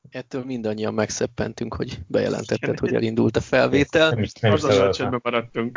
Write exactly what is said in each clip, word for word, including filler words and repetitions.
Ettől mindannyian megszeppentünk, hogy bejelentetted, hogy elindult a felvétel. Nem is, nem is Azonnal szabadott csöndbe maradtunk.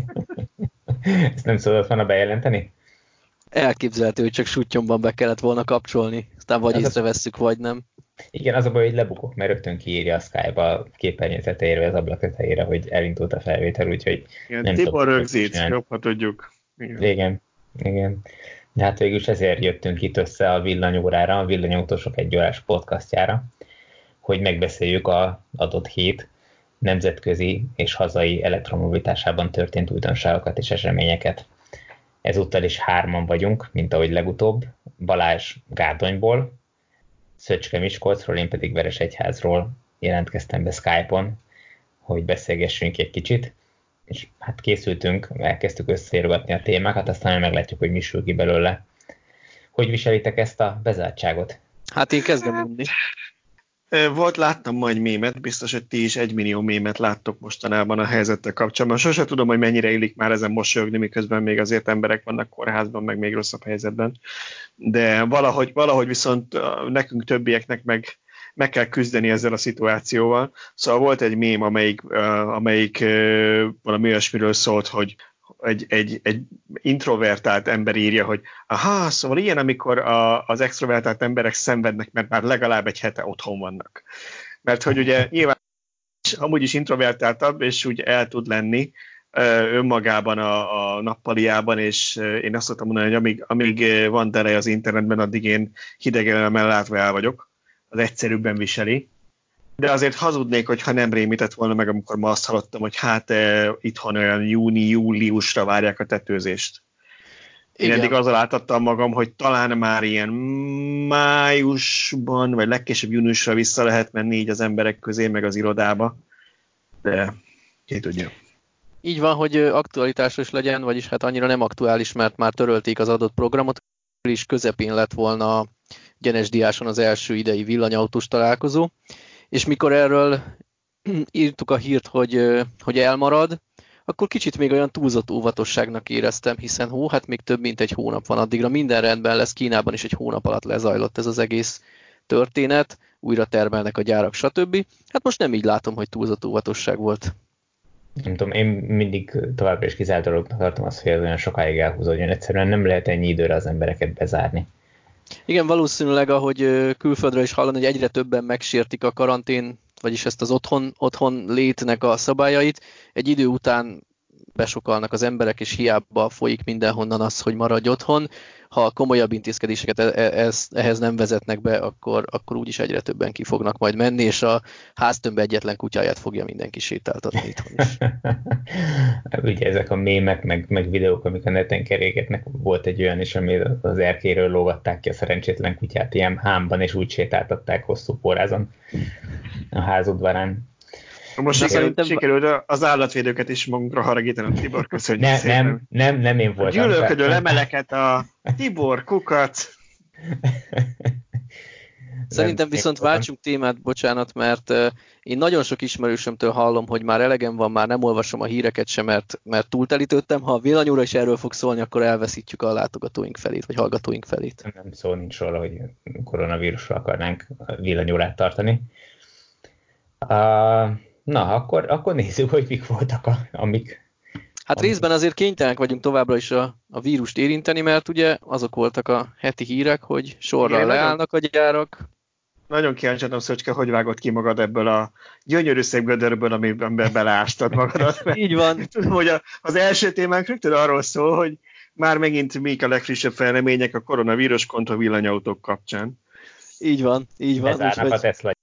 Ezt nem szabadott volna bejelenteni? Elképzelhető, hogy csak suttyomban be kellett volna kapcsolni. Aztán vagy Az a- észrevesszük, vagy nem. Igen, az a baj, hogy lebukok, mert rögtön kiírja a Skype a képernyő tetejére, vagy az ablak tetejére, hogy elindult a felvétel, úgyhogy Igen, nem Tibor tudok rögzít, csinálni. jobb, ha tudjuk. Igen. Igen, igen. De hát végül is ezért jöttünk itt össze a villanyórára, a Villanyautósok egy órás podcastjára, hogy megbeszéljük az adott hét nemzetközi és hazai elektromobilitásában történt újdonságokat és eseményeket. Ezúttal is hárman vagyunk, mint ahogy legutóbb, Balázs Gárdonyból, Szöcske Miskolcról, én pedig Veresegyházról jelentkeztem be Skype-on, hogy beszélgessünk egy kicsit, és hát készültünk, elkezdtük összeírogatni a témákat, aztán meglátjuk, hogy mi sül ki belőle. Hogy viselitek ezt a bezártságot? Hát én kezdem unni. Volt, láttam majd mémet, biztos, hogy ti is egymillió mémet láttok mostanában a helyzettel kapcsolatban. Sose tudom, hogy mennyire illik már ezen mosolyogni, miközben még azért emberek vannak kórházban, meg még rosszabb helyzetben. De valahogy, valahogy viszont nekünk többieknek meg, meg kell küzdeni ezzel a szituációval. Szóval volt egy mém, amelyik, amelyik valami olyasmiről szólt, hogy egy, egy, egy introvertált ember írja, hogy aha, szóval ilyen, amikor a, az extrovertált emberek szenvednek, mert már legalább egy hete otthon vannak. Mert hogy ugye nyilván amúgy is introvertáltabb, és úgy el tud lenni önmagában a, a nappaliában, és én azt szoktam mondani, hogy amíg, amíg van terej az internetben, addig én hidegelemmel látva el vagyok, az egyszerűbben viseli. De azért hazudnék, hogyha nem rémített volna meg, amikor ma azt hallottam, hogy hát e, itthon olyan júni-júliusra várják a tetőzést. Én Igen. eddig azzal átadtam magam, hogy talán már ilyen májusban, vagy legkésőbb júniusra vissza lehet menni így az emberek közé, meg az irodába. De ki tudja. Így van, hogy aktualitásos legyen, vagyis hát annyira nem aktuális, mert már törölték az adott programot, és közepén lett volna a Gyenes Diáson az első idei villanyautós találkozó. És mikor erről írtuk a hírt, hogy, hogy elmarad, akkor kicsit még olyan túlzott óvatosságnak éreztem, hiszen hó, hát még több mint egy hónap van addigra, minden rendben lesz, Kínában is egy hónap alatt lezajlott ez az egész történet, újra termelnek a gyárak, stb. Hát most nem így látom, hogy túlzott óvatosság volt. Nem tudom, én mindig továbbra is kizárt dolognak tartom azt, hogy ez olyan sokáig elhúzódjon. Egyszerűen nem lehet ennyi időre az embereket bezárni. Igen, valószínűleg, ahogy külföldről is hallani, hogy egyre többen megsértik a karantén, vagyis ezt az otthon, otthon létnek a szabályait, egy idő után besokalnak az emberek, és hiába folyik mindenhonnan az, hogy maradj otthon. Ha komolyabb intézkedéseket ehhez nem vezetnek be, akkor, akkor úgyis egyre többen ki fognak majd menni, és a háztömb egyetlen kutyáját fogja mindenki sétáltatni itthon is. Ugye ezek a mémek, meg, meg videók, amik a neten kerégetnek, volt egy olyan is, ami az erkéről lógatták ki a szerencsétlen kutyát ilyen hámban, és úgy sétáltatták hosszú pórázon a házudvarán. Most sikerült, szerintem... sikerült az állatvédőket is magunkra haragítanom, Tibor, köszönjük ne, szépen. Nem, nem, nem én voltam. A gyűlölködő lemeleket, a Tibor, kukat. Szerintem viszont váltsunk témát, bocsánat, mert uh, én nagyon sok ismerősömtől hallom, hogy már elegem van, már nem olvasom a híreket sem, mert, mert túltelítődtem. Ha a villanyóra is erről fog szólni, akkor elveszítjük a látogatóink felét, vagy hallgatóink felét. Nem szó nincs róla, hogy koronavírusra akarnánk villanyórát tartani. Uh, na, akkor, akkor nézzük, hogy mik voltak, a, amik... Hát amik... részben azért kénytelenek vagyunk továbbra is a, a vírust érinteni, mert ugye azok voltak a heti hírek, hogy sorral Igen, leállnak nagyon... a gyárak. Nagyon kíváncsi voltam, Szöcske, hogy vágod ki magad ebből a gyönyörű szép gödörből, amiben beleástad magadat. Így van. Tudom, hogy a, az első témánk rögtön arról szól, hogy már megint mik a legfrissebb fejlemények a koronavírus kontra villanyautók kapcsán. Így van, így van. Bezárnak úgy, a Tesla.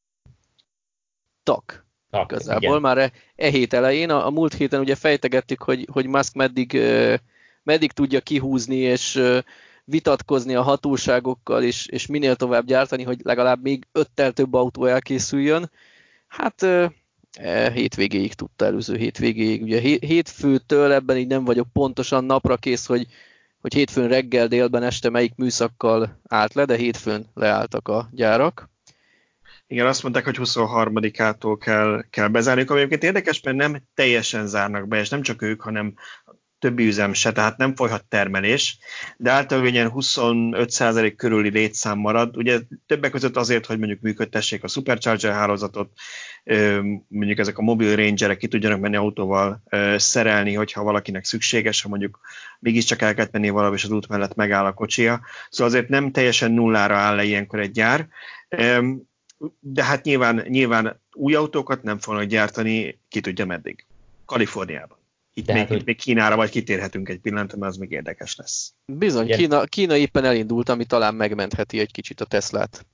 Tak. Tak Igazából igen. már e, e hét elején, a, a múlt héten ugye fejtegettük, hogy, hogy Musk meddig, uh, meddig tudja kihúzni, és uh, vitatkozni a hatóságokkal, és, és minél tovább gyártani, hogy legalább még öttel több autó elkészüljön. Hát uh, e, hétvégéig tudta, előző hétvégéig. Ugye hétfőtől ebben így nem vagyok pontosan napra kész, hogy, hogy hétfőn reggel, délben, este melyik műszakkal állt le, de hétfőn leálltak a gyárak. Igen, azt mondták, hogy huszonharmadikától kell, kell bezárni, ami egyébként érdekes, mert nem teljesen zárnak be, és nem csak ők, hanem többi üzem se, tehát nem folyhat termelés, de általában ilyen huszonöt százalék körüli létszám marad, ugye többek között azért, hogy mondjuk működtessék a Supercharger hálózatot, mondjuk ezek a mobil rangerek ki tudjanak menni autóval szerelni, hogyha valakinek szükséges, ha mondjuk mégiscsak el kell menni valahol, és az út mellett megáll a kocsia. Szóval azért nem teljesen nullára áll le ilyenkor egy gyár, de hát nyilván, nyilván új autókat nem fognak gyártani, ki tudja meddig. Kaliforniában. Itt, még, hogy... itt még Kínára vagy kitérhetünk egy pillanatra, mert az még érdekes lesz. Bizony, Kína, Kína éppen elindult, ami talán megmentheti egy kicsit a Teslát.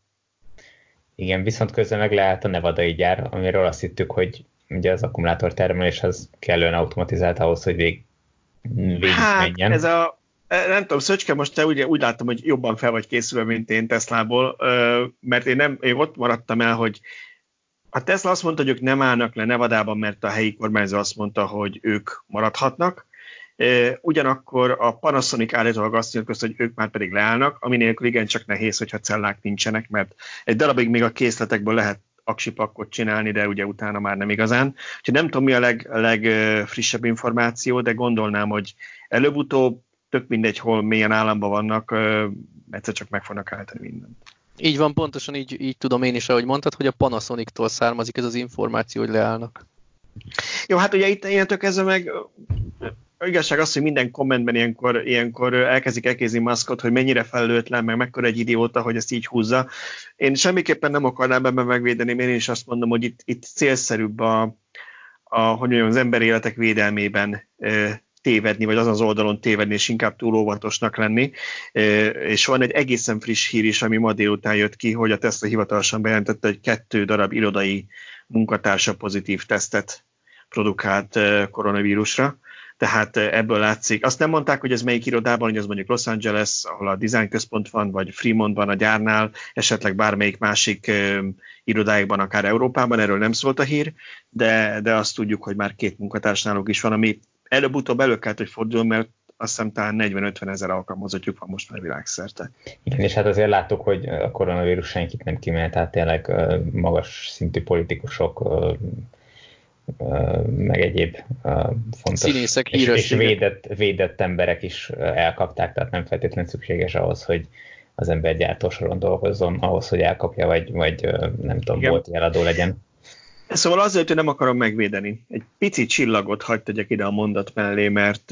Igen, viszont közben meg lehet a nevadai gyár, amiről azt hittük, hogy ugye az akkumulátor termeléshez kellően automatizált ahhoz, hogy vég, végig hát, menjen. Ez a, nem tudom, Szöcske, most te ugye úgy láttam, hogy jobban fel vagy készülve, mint én Teslából, mert én, nem, én ott maradtam el, hogy a Tesla azt mondta, hogy ők nem állnak le Nevadában, mert a helyi kormányzó azt mondta, hogy ők maradhatnak. Ugyanakkor a Panasonic állítólag azt nyilatkozta, hogy ők már pedig leállnak, ami nélkül igencsak nehéz, hogyha cellák nincsenek, mert egy darabig még a készletekből lehet aksipakkot csinálni, de ugye utána már nem igazán. Úgyhogy nem tudom, mi a leg, legfrissebb információ, de gondolnám, hogy előbb-utóbb tök mindegy, hol milyen államban vannak, egyszer csak meg fognak állítani mindent. Így van, pontosan így, így tudom én is, ahogy mondtad, hogy a Panasonic-tól származik ez az információ, hogy leállnak. Jó, hát ugye itt ilyentől kezdve meg a igazság az, hogy minden kommentben ilyenkor, ilyenkor elkezdik elkézni Muskot, hogy mennyire felelőtlen, meg mekkora egy idióta, hogy ezt így húzza. Én semmiképpen nem akarnám ebben megvédeni, én is azt mondom, hogy itt, itt célszerűbb a, a, hogy mondjam, az emberi életek védelmében e, tévedni, vagy azon az oldalon tévedni, és inkább túl óvatosnak lenni. E, és van egy egészen friss hír is, ami ma délután jött ki, hogy a Tesla hivatalosan bejelentette, hogy kettő darab irodai munkatársa pozitív tesztet produkált e, koronavírusra. Tehát ebből látszik. Azt nem mondták, hogy ez melyik irodában, hogy ez mondjuk Los Angeles, ahol a design központ van, vagy Fremontban a gyárnál, esetleg bármelyik másik ö, irodáikban, akár Európában, erről nem szólt a hír, de, de azt tudjuk, hogy már két munkatárs náluk is van, ami előbb-utóbb elő kellett, hogy forduljon, mert azt hiszem talán negyven-ötven ezer alkalmazottjuk van most már világszerte. Igen, és hát azért láttuk, hogy a koronavírus senkit nem kímélt, tehát tényleg magas szintű politikusok, meg egyéb fontos színészek, és, és védett, védett emberek is elkapták, tehát nem feltétlenül szükséges ahhoz, hogy az ember gyártósoron dolgozzon, ahhoz, hogy elkapja, vagy, vagy nem tudom, igen, bolti eladó legyen. Szóval azért, hogy nem akarom megvédeni. Egy pici csillagot hadd tegyek ide a mondat mellé, mert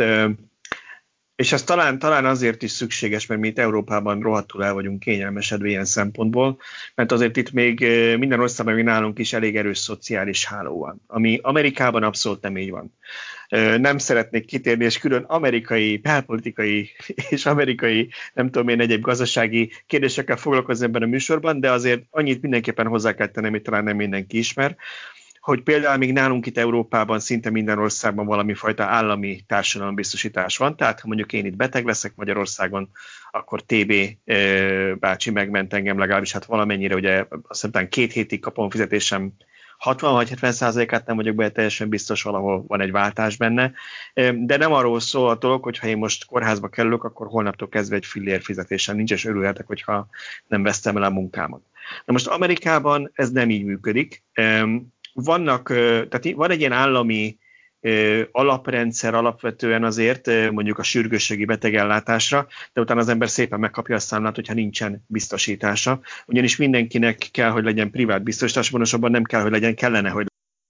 és ez talán, talán azért is szükséges, mert mi itt Európában rohadtul el vagyunk kényelmesedve ilyen szempontból, mert azért itt még minden országban, még nálunk is elég erős szociális háló van, ami Amerikában abszolút nem így van. Nem szeretnék kitérni, és külön amerikai, belpolitikai és amerikai, nem tudom én, egyéb gazdasági kérdésekkel foglalkozni ebben a műsorban, de azért annyit mindenképpen hozzá kell tenni, amit talán nem mindenki ismer, hogy például még nálunk itt Európában szinte minden országban valami fajta állami társadalombiztosítás van, tehát ha mondjuk én itt beteg leszek Magyarországon, akkor té bé bácsi megment engem legalábbis, hát valamennyire, ugye azt hiszem talán két hétig kapom fizetésem, hatvan vagy hetven százalékát nem vagyok be teljesen biztos, valahol van egy váltás benne, de nem arról szól a dolog, hogy ha én most kórházba kerülök, akkor holnaptól kezdve egy fillér fizetésem nincs, és örülhetek, hogyha nem vesztem el a munkámat. Na most Amerikában ez nem így működik. Vannak, tehát van egy ilyen állami alaprendszer alapvetően azért, mondjuk a sürgősségi betegellátásra, de utána az ember szépen megkapja a számlát, hogyha nincsen biztosítása. Ugyanis mindenkinek kell, hogy legyen privát biztosítás, pontosabban nem kell, hogy legyen, kellene, hogy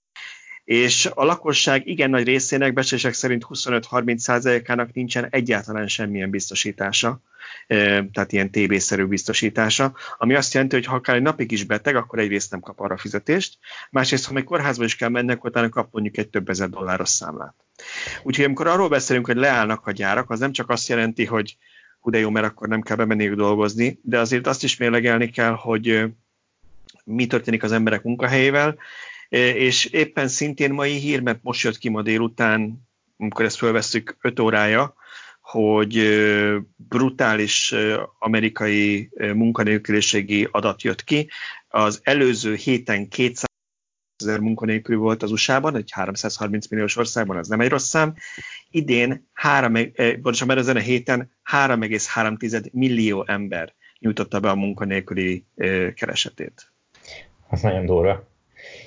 és a lakosság igen nagy részének, becslések szerint huszonöt-harminc százalékának nincsen egyáltalán semmilyen biztosítása, tehát ilyen té bé-szerű biztosítása, ami azt jelenti, hogy ha akár egy napig is beteg, akkor egyrészt nem kap arra fizetést, másrészt, ha még kórházba is kell mennek, utána kap mondjuk egy több ezer dolláros számlát. Úgyhogy amikor arról beszélünk, hogy leállnak a gyárak, az nem csak azt jelenti, hogy hú de jó, mert akkor nem kell bemenniük dolgozni, de azért azt is mérlegelni kell, hogy mi történik az emberek munkahelyével, és éppen szintén mai hír, mert most jött ki ma délután, amikor ezt fölvesszük öt órája, hogy brutális amerikai munkanélküliségi adat jött ki. Az előző héten kétszázezer munkanélküli volt az u es á-ban, egy háromszázharminc milliós országban, az nem egy rossz szám. Idén, bocsánat, ezen a héten három egész három millió ember nyújtotta be a munkanélküli keresetét. Az nagyon durva.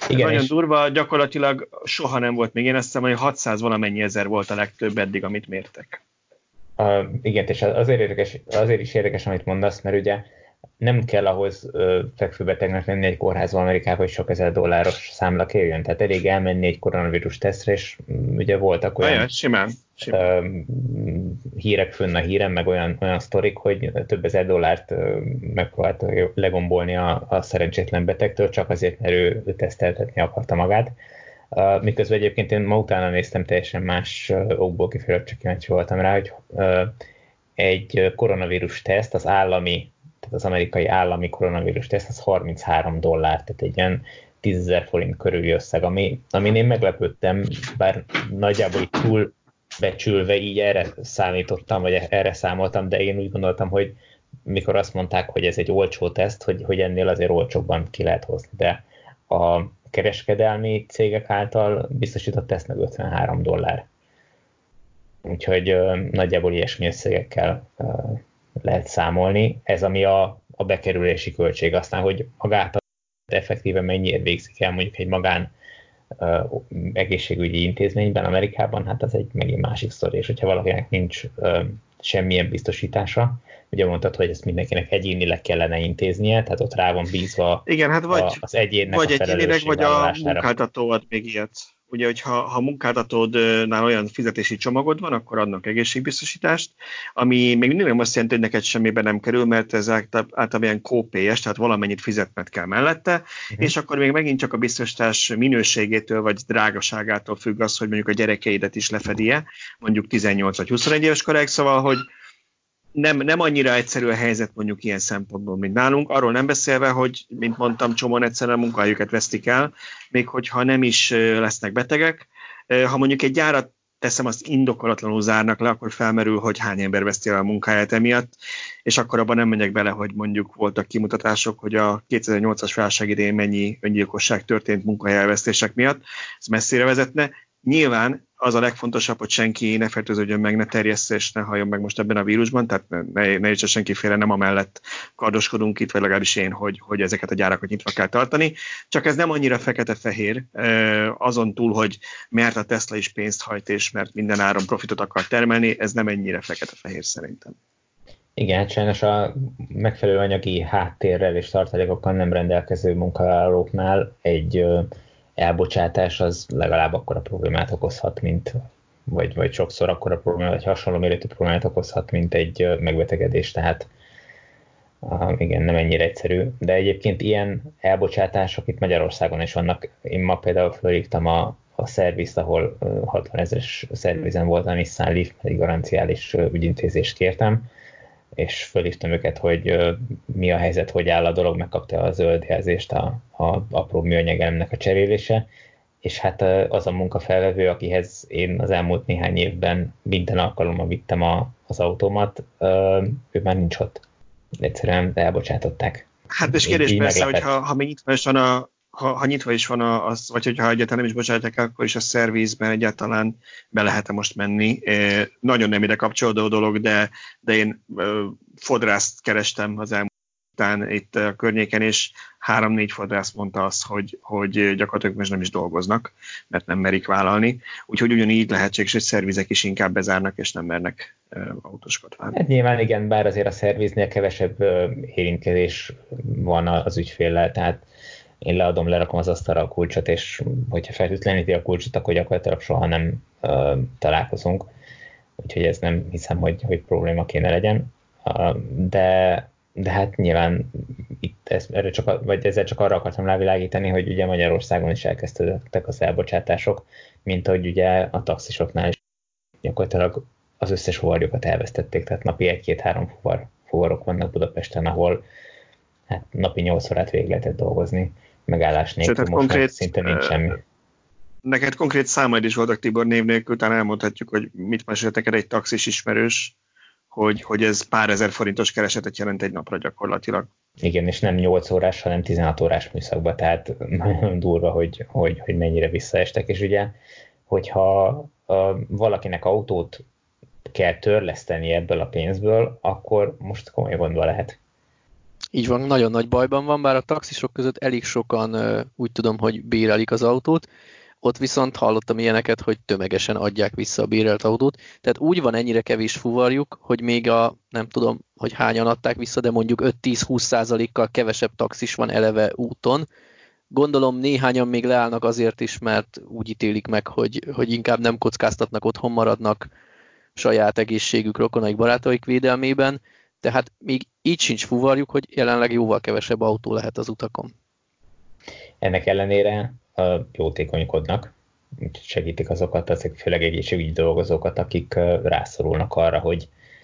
Igen, nagyon és... durva, gyakorlatilag soha nem volt még, én azt hiszem, hogy hatszáz valamennyi ezer volt a legtöbb eddig, amit mértek. Uh, igen, és azért, érdekes, azért is érdekes, amit mondasz, mert ugye nem kell ahhoz uh, fekvőbetegnek lenni egy kórházban Amerikában, hogy sok ezer dolláros számla kérjön. Tehát elég elmenni egy koronavírus tesztre, és um, ugye voltak olyan Ajaj, simán, simán. Uh, hírek fönn a híren, meg olyan, olyan sztorik, hogy több ezer dollárt uh, megpróbált legombolni a, a szerencsétlen betegtől, csak azért, mert ő, ő teszteltetni akarta magát. Uh, miközben egyébként én ma utána néztem, teljesen más uh, okból kifolyólag, csak kíváncsi voltam rá, hogy uh, egy koronavírus teszt, az állami, tehát az amerikai állami koronavírus teszt, az harminchárom dollár, tehát egy ilyen tízezer forint körüli összeg, ami, amin én meglepődtem, bár nagyjából így túl becsülve így erre számítottam, vagy erre számoltam, de én úgy gondoltam, hogy mikor azt mondták, hogy ez egy olcsó teszt, hogy, hogy ennél azért olcsóbban ki lehet hozni, de a kereskedelmi cégek által biztosított teszt meg ötvenhárom dollár. Úgyhogy uh, nagyjából ilyesmi összegekkel uh, lehet számolni. Ez ami a, a bekerülési költség. Aztán, hogy magát effektíven mennyiért végzik el mondjuk egy magán uh, egészségügyi intézményben Amerikában, hát az egy megint másik sztori, és hogyha valakinek nincs uh, semmilyen biztosítása, ugye mondtad, hogy ezt mindenkinek egyénileg kellene intéznie, tehát ott rá van bízva. Igen, hát vagy, a, az egyénnek vagy a egyénileg, vagy a felelősségvállalására. munkáltató ad még ilyet. Ugye, hogyha ha munkáltatódnál olyan fizetési csomagod van, akkor adnak egészségbiztosítást, ami még mindig nem azt jelenti, hogy neked semmibe nem kerül, mert ez általában ilyen kópélyes, tehát valamennyit fizetned kell mellette, uh-huh. és akkor még megint csak a biztosítás minőségétől vagy drágaságától függ az, hogy mondjuk a gyerekeidet is lefedi-e, mondjuk tizennyolc vagy huszonegy éves koráig, szóval, hogy Nem, nem annyira egyszerű a helyzet mondjuk ilyen szempontból, mint nálunk. Arról nem beszélve, hogy, mint mondtam, csomóan egyszerűen a munkahelyüket vesztik el, még hogyha nem is lesznek betegek. Ha mondjuk egy gyárat teszem, azt indokolatlanul zárnak le, akkor felmerül, hogy hány ember veszti el a munkáját emiatt, és akkor abban nem megyek bele, hogy mondjuk voltak kimutatások, hogy a kétezer-nyolcas válság idején mennyi öngyilkosság történt munkahelyelvesztések miatt. Ez messzire vezetne. Nyilván az a legfontosabb, hogy senki ne fertőződjön meg, ne terjessze, és ne halljon meg most ebben a vírusban, tehát ne, ne is senkiféle nem amellett kardoskodunk itt, vagy legalábbis én, hogy, hogy ezeket a gyárakat nyitva kell tartani. Csak ez nem annyira fekete-fehér, azon túl, hogy mert a Tesla is pénzt hajt, és mert minden áron profitot akar termelni, ez nem ennyire fekete-fehér szerintem. Igen, sajnos a megfelelő anyagi háttérrel és tartalékokkal nem rendelkező munkavállalóknál egy elbocsátás az legalább akkora problémát okozhat, mint, vagy, vagy sokszor akkora problémát, vagy hasonló méretű problémát okozhat, mint egy megbetegedés, tehát uh, igen, nem ennyire egyszerű. De egyébként ilyen elbocsátások itt Magyarországon is vannak. Én ma például felhívtam a, a szervizt, ahol uh, hatvan ezeres szervizen volt a Nissan Leaf, pedig garanciális uh, ügyintézést kértem, és fölhívtam őket, hogy uh, mi a helyzet, hogy áll a dolog, megkapta a zöld jelzést a, a apró műanyagelemnek a cserélése, és hát uh, az a munkafelvevő, akihez én az elmúlt néhány évben minden alkalommal vittem a, az autómat, uh, ő már nincs ott. Egyszerűen elbocsátották. Hát és kérdés persze, hogy ha, ha még nyitva is van a Ha, ha nyitva is van az, vagy hogyha egyáltalán nem is bocsátják el, akkor is a szervizben egyáltalán be lehet-e most menni. E, nagyon nem ide kapcsolódó dolog, de, de én e, fodrászt kerestem az elmúlt után itt a környéken, és három-négy fodrász mondta azt, hogy, hogy gyakorlatilag most nem is dolgoznak, mert nem merik vállalni. Úgyhogy ugyanígy lehetséges, hogy szervizek is inkább bezárnak, és nem mernek e, autóskodni. Hát nyilván igen, bár azért a szerviznél kevesebb érintkezés van az ügyféllel, tehát én leadom, lerakom az asztalra a kulcsot, és hogyha felhűtleníti a kulcsot, akkor gyakorlatilag soha nem uh, találkozunk. Úgyhogy ez nem hiszem, hogy, hogy probléma kéne legyen. Uh, de, de hát nyilván itt ez, erre csak, vagy ezzel csak arra akartam rávilágítani, hogy ugye Magyarországon is elkezdődtek az elbocsátások, mint ahogy ugye a taxisoknál is gyakorlatilag az összes fuvarjukat elvesztették, tehát napi egy-két-három fuvar, fuvarok vannak Budapesten, ahol hát napi nyolc órát végig lehetett dolgozni, megállás nélkül, most konkrét, szinte nincs semmi. Neked konkrét számaid is voltak, Tibor, név nélkül, utána elmondhatjuk, hogy mit mesélt neked egy taxis ismerős, hogy, hogy ez pár ezer forintos keresetet jelent egy napra gyakorlatilag. Igen, és nem nyolc órás, hanem tizenhat órás műszakban, tehát nagyon durva, hogy, hogy, hogy mennyire visszaestek, és ugye, hogyha uh, valakinek autót kell törleszteni ebből a pénzből, akkor most komoly gondba lehet. Így van, nagyon nagy bajban van, bár a taxisok között elég sokan úgy tudom, hogy bérelik az autót, ott viszont hallottam ilyeneket, hogy tömegesen adják vissza a bérelt autót. Tehát úgy van ennyire kevés fuvarjuk, hogy még a, nem tudom, hogy hányan adták vissza, de mondjuk öt-tíz-húsz százalékkal kevesebb taxis van eleve úton. Gondolom néhányan még leállnak azért is, mert úgy ítélik meg, hogy, hogy inkább nem kockáztatnak, otthon maradnak saját egészségük, rokonaik, barátaik védelmében. Tehát még így sincs fuvarjuk, hogy jelenleg jóval kevesebb autó lehet az utakon. Ennek ellenére jótékonykodnak, segítik azokat, azok főleg egészségügyi dolgozókat, akik rászorulnak arra, hogy,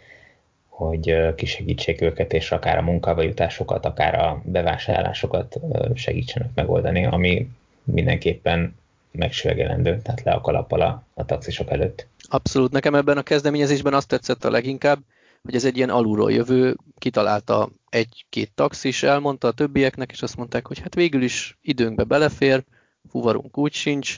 hogy kisegítsék őket, és akár a munkába jutásokat, akár a bevásárlásokat segítsenek megoldani, ami mindenképpen megsüvegelendő, tehát le a kalappal a, a taxisok előtt. Abszolút. Nekem ebben a kezdeményezésben azt tetszett a leginkább, hogy ez egy ilyen alulról jövő, kitalálta egy-két taxis, elmondta a többieknek, és azt mondták, hogy hát végül is időnkbe belefér, fuvarunk úgy sincs,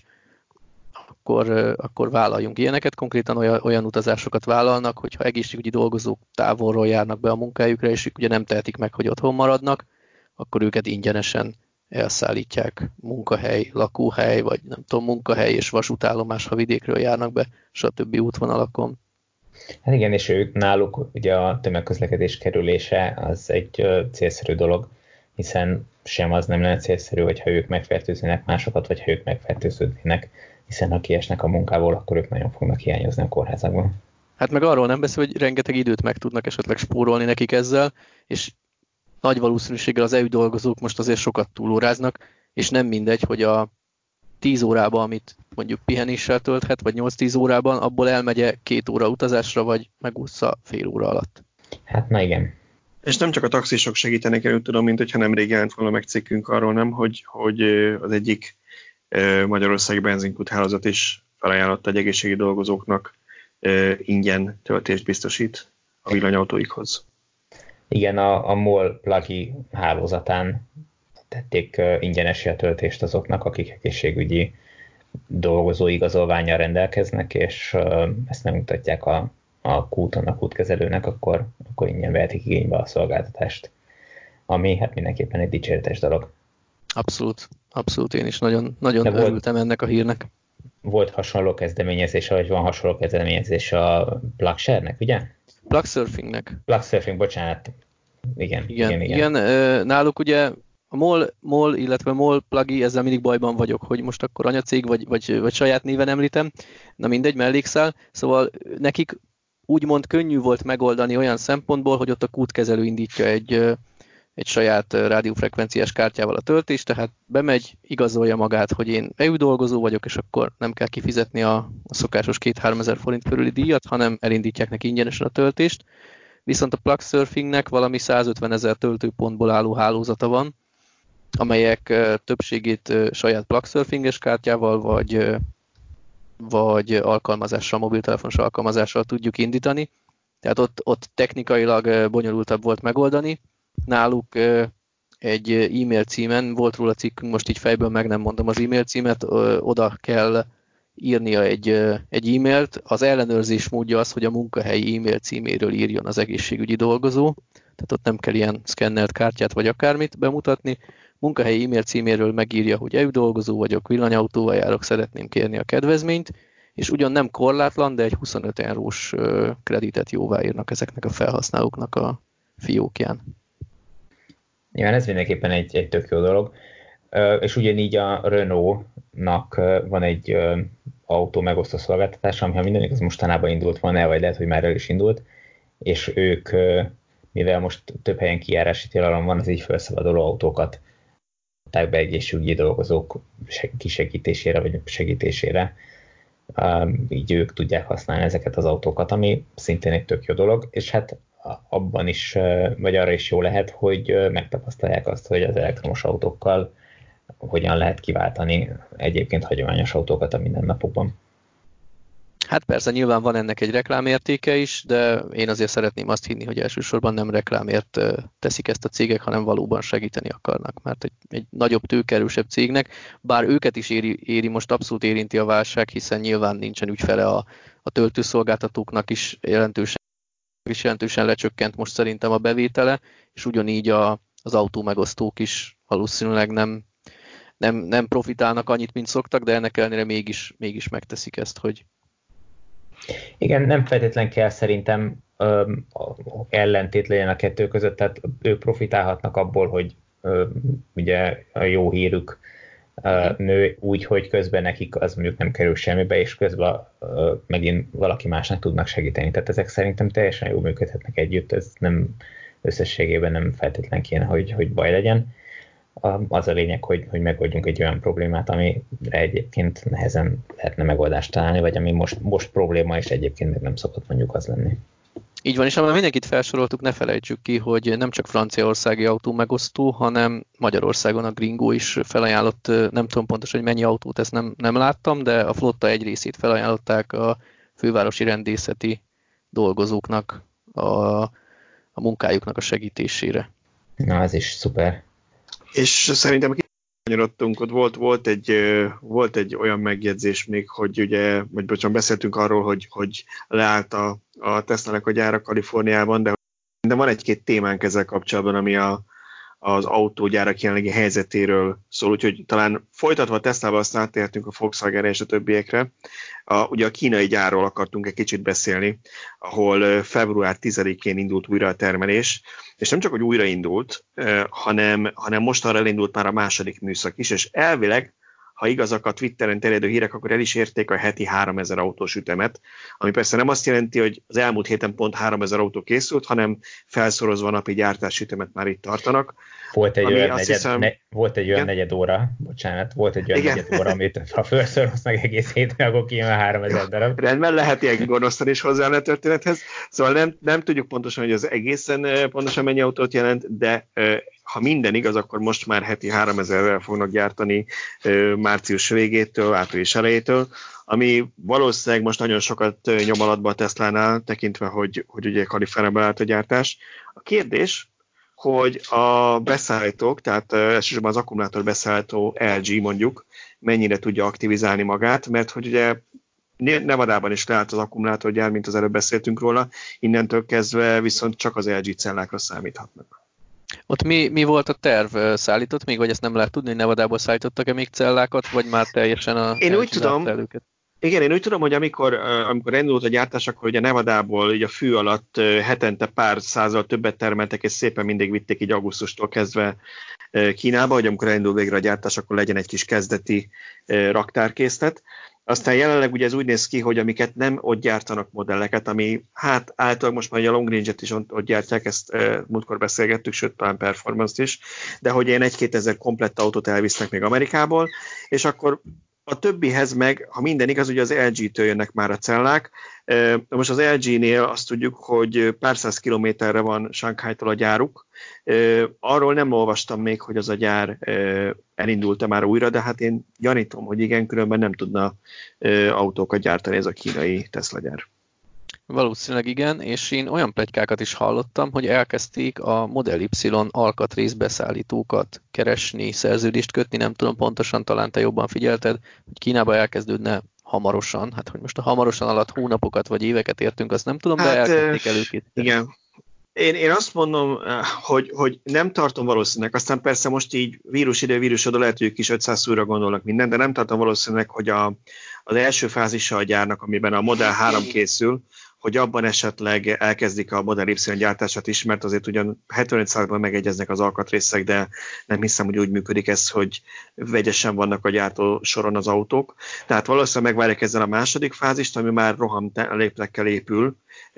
akkor, akkor vállaljunk ilyeneket. Konkrétan olyan, olyan utazásokat vállalnak, hogyha egészségügyi dolgozók távolról járnak be a munkájukra, és ugye nem tehetik meg, hogy otthon maradnak, akkor őket ingyenesen elszállítják munkahely, lakóhely, vagy nem tudom, munkahely és vasútállomás, ha vidékről járnak be, stb. Útvonalakon. Hát igen, és ők náluk ugye a tömegközlekedés kerülése az egy célszerű dolog, hiszen sem az nem lenne célszerű, hogyha ők megfertőznének másokat, vagy ha ők megfertőződnének, hiszen ha kiesnek a munkából, akkor ők nagyon fognak hiányozni a kórházakban. Hát meg arról nem beszél, hogy rengeteg időt meg tudnak esetleg spórolni nekik ezzel, és nagy valószínűséggel az é u dolgozók most azért sokat túlóráznak, és nem mindegy, hogy a tíz órában, amit mondjuk pihenéssel tölthet, vagy nyolc-tíz órában, abból elmegye két óra utazásra, vagy megúszza fél óra alatt. Hát na igen. És nem csak a taxisok segítenek el, úgy tudom, mint hogyha nemrég jelent volna meg cikkünk arról, nem, hogy, hogy az egyik magyarországi benzinkút hálózat is felajánlotta egy egészségügyi dolgozóknak ingyen töltést biztosít a villanyautóikhoz. Igen, a, a MOL Plug-i hálózatán tették ingyenesé a töltést azoknak, akik egészségügyi dolgozó igazolvánnyal rendelkeznek, és ezt nem mutatják a, a kúton, a kútkezelőnek, akkor, akkor ingyen vehetik igénybe a szolgáltatást, ami hát mindenképpen egy dicséretes dolog. Abszolút, abszolút, én is nagyon, nagyon De örültem volt, ennek a hírnek. Volt hasonló kezdeményezés, vagy van hasonló kezdeményezés a PlugShare-nek, ugye? Plugsurfingnek. Plugsurfing, bocsánat. Igen, igen, igen, igen. igen. Náluk ugye a MOL, MOL, illetve MOL Plugi, ezzel mindig bajban vagyok, hogy most akkor anyacég, vagy, vagy, vagy saját néven említem. Na mindegy, mellékszál. Szóval nekik úgymond könnyű volt megoldani olyan szempontból, hogy ott a kútkezelő indítja egy, egy saját rádiófrekvenciás kártyával a töltést, tehát bemegy, igazolja magát, hogy én é u dolgozó vagyok, és akkor nem kell kifizetni a, a szokásos két-három ezer forint körüli díjat, hanem elindítják neki ingyenesen a töltést. Viszont a Plugsurfingnek valami százötven ezer töltőpontból álló hálózata van, amelyek többségét saját Plugsurfinges kártyával, vagy, vagy alkalmazással, mobiltelefonos alkalmazással tudjuk indítani. Tehát ott, ott technikailag bonyolultabb volt megoldani. Náluk egy e-mail címen, volt róla cikkünk, most így fejből meg nem mondom az e-mail címet, oda kell írnia egy, egy e-mailt. Az ellenőrzés módja az, hogy a munkahelyi e-mail címéről írjon az egészségügyi dolgozó, tehát ott nem kell ilyen szkennelt kártyát vagy akármit bemutatni. Munkahelyi e-mail címéről megírja, hogy é u dolgozó vagyok, villanyautóval járok, szeretném kérni a kedvezményt, és ugyan nem korlátlan, de egy huszonöt eurós kreditet jóváírnak ezeknek a felhasználóknak a fiókján. Igen, ez mindenképpen egy, egy tök jó dolog. És ugyanígy a Renault-nak van egy autó megosztó szolgáltatása, ami ha minden igaz mostanában indult van el, vagy lehet, hogy már el is indult, és ők, mivel most több helyen kijárási tilalom van, az így felszabaduló autókat adták be egészségügyi dolgozók kisegítésére, vagy segítésére. Így ők tudják használni ezeket az autókat, ami szintén egy tök jó dolog, és hát abban is, vagy arra is jó lehet, hogy megtapasztalják azt, hogy az elektromos autókkal hogyan lehet kiváltani egyébként hagyományos autókat a mindennapokban. Hát persze, nyilván van ennek egy reklámértéke is, de én azért szeretném azt hinni, hogy elsősorban nem reklámért teszik ezt a cégek, hanem valóban segíteni akarnak. Mert egy, egy nagyobb, tőkerősebb cégnek, bár őket is éri, éri, most abszolút érinti a válság, hiszen nyilván nincsen ügyfele a, a töltőszolgáltatóknak is jelentősen, is jelentősen lecsökkent most szerintem a bevétele, és ugyanígy a, az autómegosztók is valószínűleg nem, nem, nem profitálnak annyit, mint szoktak, de ennek ellenére mégis, mégis megteszik ezt, hogy... Igen, nem feltétlen kell szerintem öm, ellentét legyen a kettő között, tehát ők profitálhatnak abból, hogy öm, ugye a jó hírük ö, nő úgy, hogy közben nekik az mondjuk nem kerül semmibe, és közben ö, megint valaki másnak tudnak segíteni. Tehát ezek szerintem teljesen jól működhetnek együtt, ez nem összességében nem feltétlen kéne, hogy, hogy baj legyen. Az a lényeg, hogy, hogy megoldjunk egy olyan problémát, amire egyébként nehezen lehetne megoldást találni, vagy ami most, most probléma, és egyébként meg nem szokott mondjuk az lenni. Így van, és amely mindenkit felsoroltuk, ne felejtsük ki, hogy nem csak franciaországi autó megosztó, hanem Magyarországon a Gringo is felajánlott, nem tudom pontosan, hogy mennyi autót, ezt nem, nem láttam, de a flotta egy részét felajánlották a fővárosi rendészeti dolgozóknak a, a munkájuknak a segítésére. Na, ez is szuper. És szerintem kanyarodtunk, ott volt, volt, egy, volt egy olyan megjegyzés még, hogy ugye, vagy bocsánat, beszéltünk arról, hogy, hogy leállt a, a Tesla-nek a gyára Kaliforniában, de, de van egy-két témánk ezzel kapcsolatban, ami a, az autógyárak jelenlegi helyzetéről szól, úgyhogy talán folytatva a Teslával aztán átértünk a Volkswagenre és a többiekre. A, ugye a kínai gyárról akartunk egy kicsit beszélni, ahol február tizedikén indult újra a termelés, és nem csak, hogy újraindult, hanem, hanem most arra elindult már a második műszak is, és elvileg, ha igazak a Twitteren terjedő hírek, akkor el is érték a heti háromezer autós ütemet, ami persze nem azt jelenti, hogy az elmúlt héten pont háromezer autó készült, hanem felszorozva a napi gyártási ütemet már itt tartanak. Volt egy, olyan negyed, hiszem, ne, volt egy olyan negyed óra, bocsánat, volt egy olyan igen. negyed óra, amit ha felszoroznak egész héten, akkor kijön a háromezer darab. Rendben, lehet ilyen gonosztan is hozzá a történethez. Szóval nem, nem tudjuk pontosan, hogy az egészen pontosan mennyi autót jelent, de ha minden igaz, akkor most már heti háromezerrel fognak gyártani március végétől, április elejétől, ami valószínűleg most nagyon sokat nyom alatba a Teslánál, tekintve, hogy, hogy ugye Kaliforniában állt a gyártás. A kérdés, hogy a beszállítók, tehát elsősorban az akkumulátor beszállító el gé mondjuk, mennyire tudja aktivizálni magát, mert hogy ugye Nevadában is leállt az akkumulátorgyár, mint az előbb beszéltünk róla, innentől kezdve viszont csak az el gé cellákra számíthatnak. Ott mi, mi volt a terv? Szállított még, vagy ezt nem lehet tudni, hogy Nevadából szállítottak-e még cellákat, vagy már teljesen a Én úgy tudom, előket? Igen, én úgy tudom, hogy amikor, amikor indult a gyártás, akkor ugye Nevadából így a fű alatt hetente pár százal többet termeltek, és szépen mindig vitték így augusztustól kezdve Kínába, hogy amikor elindul végre a gyártás, akkor legyen egy kis kezdeti raktárkészlet. Aztán jelenleg ugye ez úgy néz ki, hogy amiket nem ott gyártanak modelleket, ami hát általában most már a Long Range-et is ott gyártják, ezt e, múltkor beszélgettük, sőt talán Performance-t is, de hogy ilyen egy-két ezer komplett autót elvisznek még Amerikából, és akkor a többihez meg, ha minden igaz, ugye az el gé-től jönnek már a cellák. Most az el gé-nél azt tudjuk, hogy pár száz kilométerre van Shanghai-tól a gyáruk. Arról nem olvastam még, hogy az a gyár elindult-e már újra, de hát én gyanítom, hogy igen, különben nem tudna autókat gyártani ez a kínai Tesla gyár. Valószínűleg igen, és én olyan pletykákat is hallottam, hogy elkezdték a Model Y alkatrészbeszállítókat keresni, szerződést kötni, nem tudom pontosan, talán te jobban figyelted, hogy Kínába elkezdődne hamarosan, hát hogy most a hamarosan alatt hónapokat vagy éveket értünk, azt nem tudom, hát, de elkezdték előkészíteni. Igen. Én, én azt mondom, hogy, hogy nem tartom valószínűleg, aztán persze most így vírusidő, vírusodó lehet, hogy ők is ötszáz újra gondolnak minden, de nem tartom valószínűleg, hogy a, az első fázisa a gyárnak, amiben a Model három készül, hogy abban esetleg elkezdik a Model Y gyártását is, mert azért ugyan hetvenöt százalékban megegyeznek az alkatrészek, de nem hiszem, hogy úgy működik ez, hogy vegyesen vannak a gyártó soron az autók. Tehát valószínűleg megvárják ezzel a második fázist, ami már roham léptekkel épül,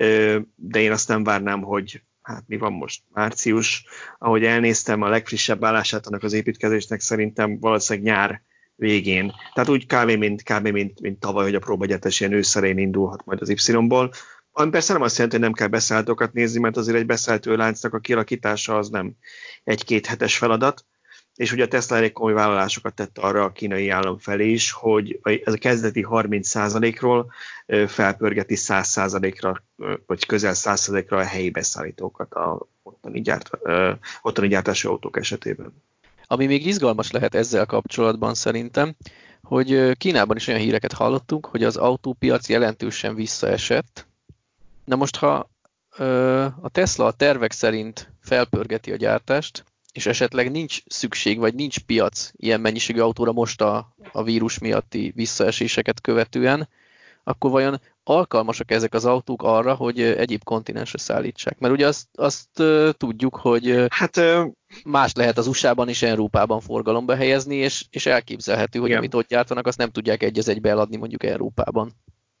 de én azt nem várnám, hogy hát mi van most, március, ahogy elnéztem a legfrissebb állását annak az építkezésnek, szerintem valószínűleg nyár végén. Tehát úgy kb. mint, kb. mint, mint tavaly, hogy a próbagyártás ilyen őszelején indulhat majd az Y-ból. Ami persze nem azt jelenti, hogy nem kell beszállítókat nézni, mert azért egy beszállító láncnak a kialakítása az nem egy-két hetes feladat, és ugye a Tesla elég komoly vállalásokat tett arra a kínai állam felé is, hogy ez a kezdeti harminc százalékról felpörgeti száz százalékra, vagy közel száz százalékra a helyi beszállítókat a ottani, gyárt, ottani gyártási autók esetében. Ami még izgalmas lehet ezzel kapcsolatban szerintem, hogy Kínában is olyan híreket hallottunk, hogy az autópiac jelentősen visszaesett. Na most, ha a Tesla a tervek szerint felpörgeti a gyártást, és esetleg nincs szükség, vagy nincs piac ilyen mennyiségű autóra most a, a vírus miatti visszaeséseket követően, akkor vajon alkalmasak ezek az autók arra, hogy egyéb kontinensre szállítsák? Mert ugye azt, azt uh, tudjuk, hogy uh, hát, uh, más lehet az u es á-ban és Európában forgalomba helyezni, és, és elképzelhető, hogy igen, amit ott gyártanak, azt nem tudják egy az egybe eladni mondjuk Európában.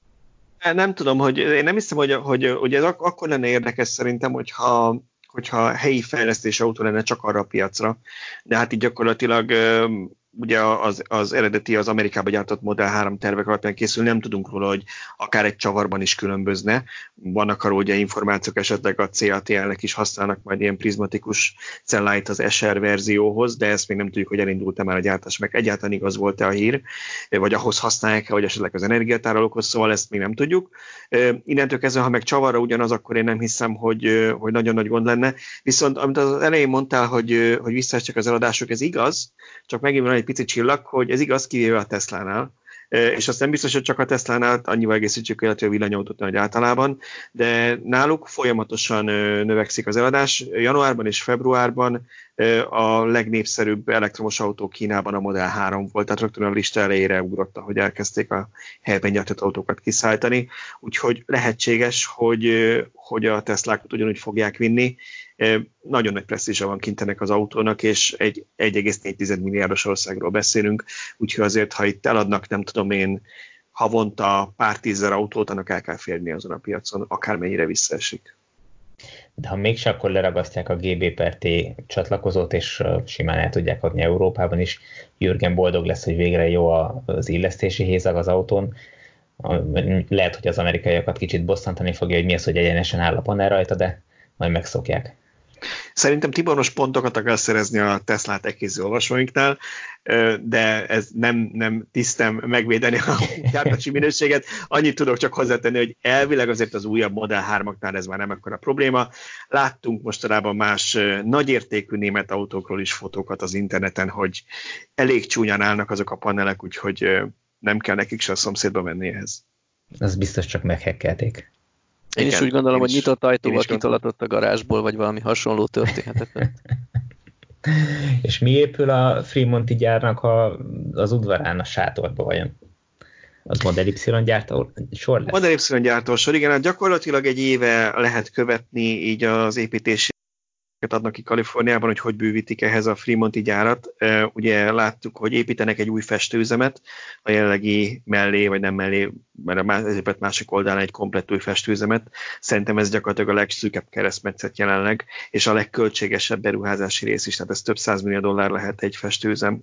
Nem tudom, hogy én nem hiszem, hogy, hogy, hogy ez ak- akkor lenne érdekes szerintem, hogyha, hogyha helyi fejlesztés autó lenne csak arra a piacra, de hát így gyakorlatilag ugye az, az eredeti, az Amerikában gyártott Model három tervek alapján készül, nem tudunk róla, hogy akár egy csavarban is különbözne. Vannak arról ugye információk, esetleg a cé á té el-nek is használnak majd ilyen prizmatikus celláit az es er verzióhoz, de ezt még nem tudjuk, hogy elindult-e már a gyártás, meg egyáltalán igaz volt-e a hír, vagy ahhoz használják-e, vagy esetleg az energiatárolókhoz, szóval ezt még nem tudjuk. Innentől kezdve, ha meg csavarra ugyanaz, akkor én nem hiszem, hogy, hogy nagyon nagy gond lenne. Viszont amit az elején mondtál, hogy, hogy visszaestek az eladások, ez igaz, csak megint van egy pici csillag, hogy ez igaz, kivéve a Teslánál, és azt nem biztos, hogy csak a Teslánál, annyival egészítsük, illetve a villanyautót nagy általában, de náluk folyamatosan növekszik az eladás. Januárban és februárban a legnépszerűbb elektromos autó Kínában a Model három volt, tehát rögtön a lista elejére ugrott, hogy elkezdték a helyben gyártott autókat kiszállítani, úgyhogy lehetséges, hogy, hogy a Teslákat ugyanúgy fogják vinni. Nagyon nagy presztízsa van kint ennek az autónak, és egy egy egész négy milliárdos országról beszélünk, úgyhogy azért, ha itt eladnak, nem tudom én, havonta pár tízzer autót, annak el kell férni azon a piacon, akármennyire visszaesik. De ha mégse, akkor leragasztják a gé bé per té csatlakozót, és simán el tudják adni Európában is. Jürgen boldog lesz, hogy végre jó az illesztési hézag az autón. Lehet, hogy az amerikaiakat kicsit bosszantani fogja, hogy mi az, hogy egyenesen áll a panel rajta, de majd megszokják. Szerintem Tiboros pontokat akar szerezni a Teslát elkészítő olvasóinknál, de ez nem, nem tisztem megvédeni a gyártási minőséget. Annyit tudok csak hozzátenni, hogy elvileg azért az újabb Model hármaknál ez már nem akkora probléma. Láttunk mostanában más nagyértékű német autókról is fotókat az interneten, hogy elég csúnyán állnak azok a panelek, úgyhogy nem kell nekik se a szomszédba menni ehhez. Az biztos csak meghekkelték. Én Igen, is úgy gondolom, én hogy is, nyitott ajtóval kitolatott a garázsból, vagy valami hasonló történhetett. És mi épül a Fremonti gyárnak a, az udvarán, a sátorba vajon? Az Model Y gyártó sor lesz? Model Y gyártó sor, igen, hát gyakorlatilag egy éve lehet követni így az építési adnak ki Kaliforniában, hogy hogy bővítik ehhez a Fremonti gyárat. Ugye láttuk, hogy építenek egy új festőüzemet, a jelenlegi mellé, vagy nem mellé, mert az épület másik oldalán egy komplett új festőüzemet. Szerintem ez gyakorlatilag a legszűkebb keresztmetszet jelenleg, és a legköltségesebb beruházási rész is, tehát ez több százmillió dollár lehet egy festőüzem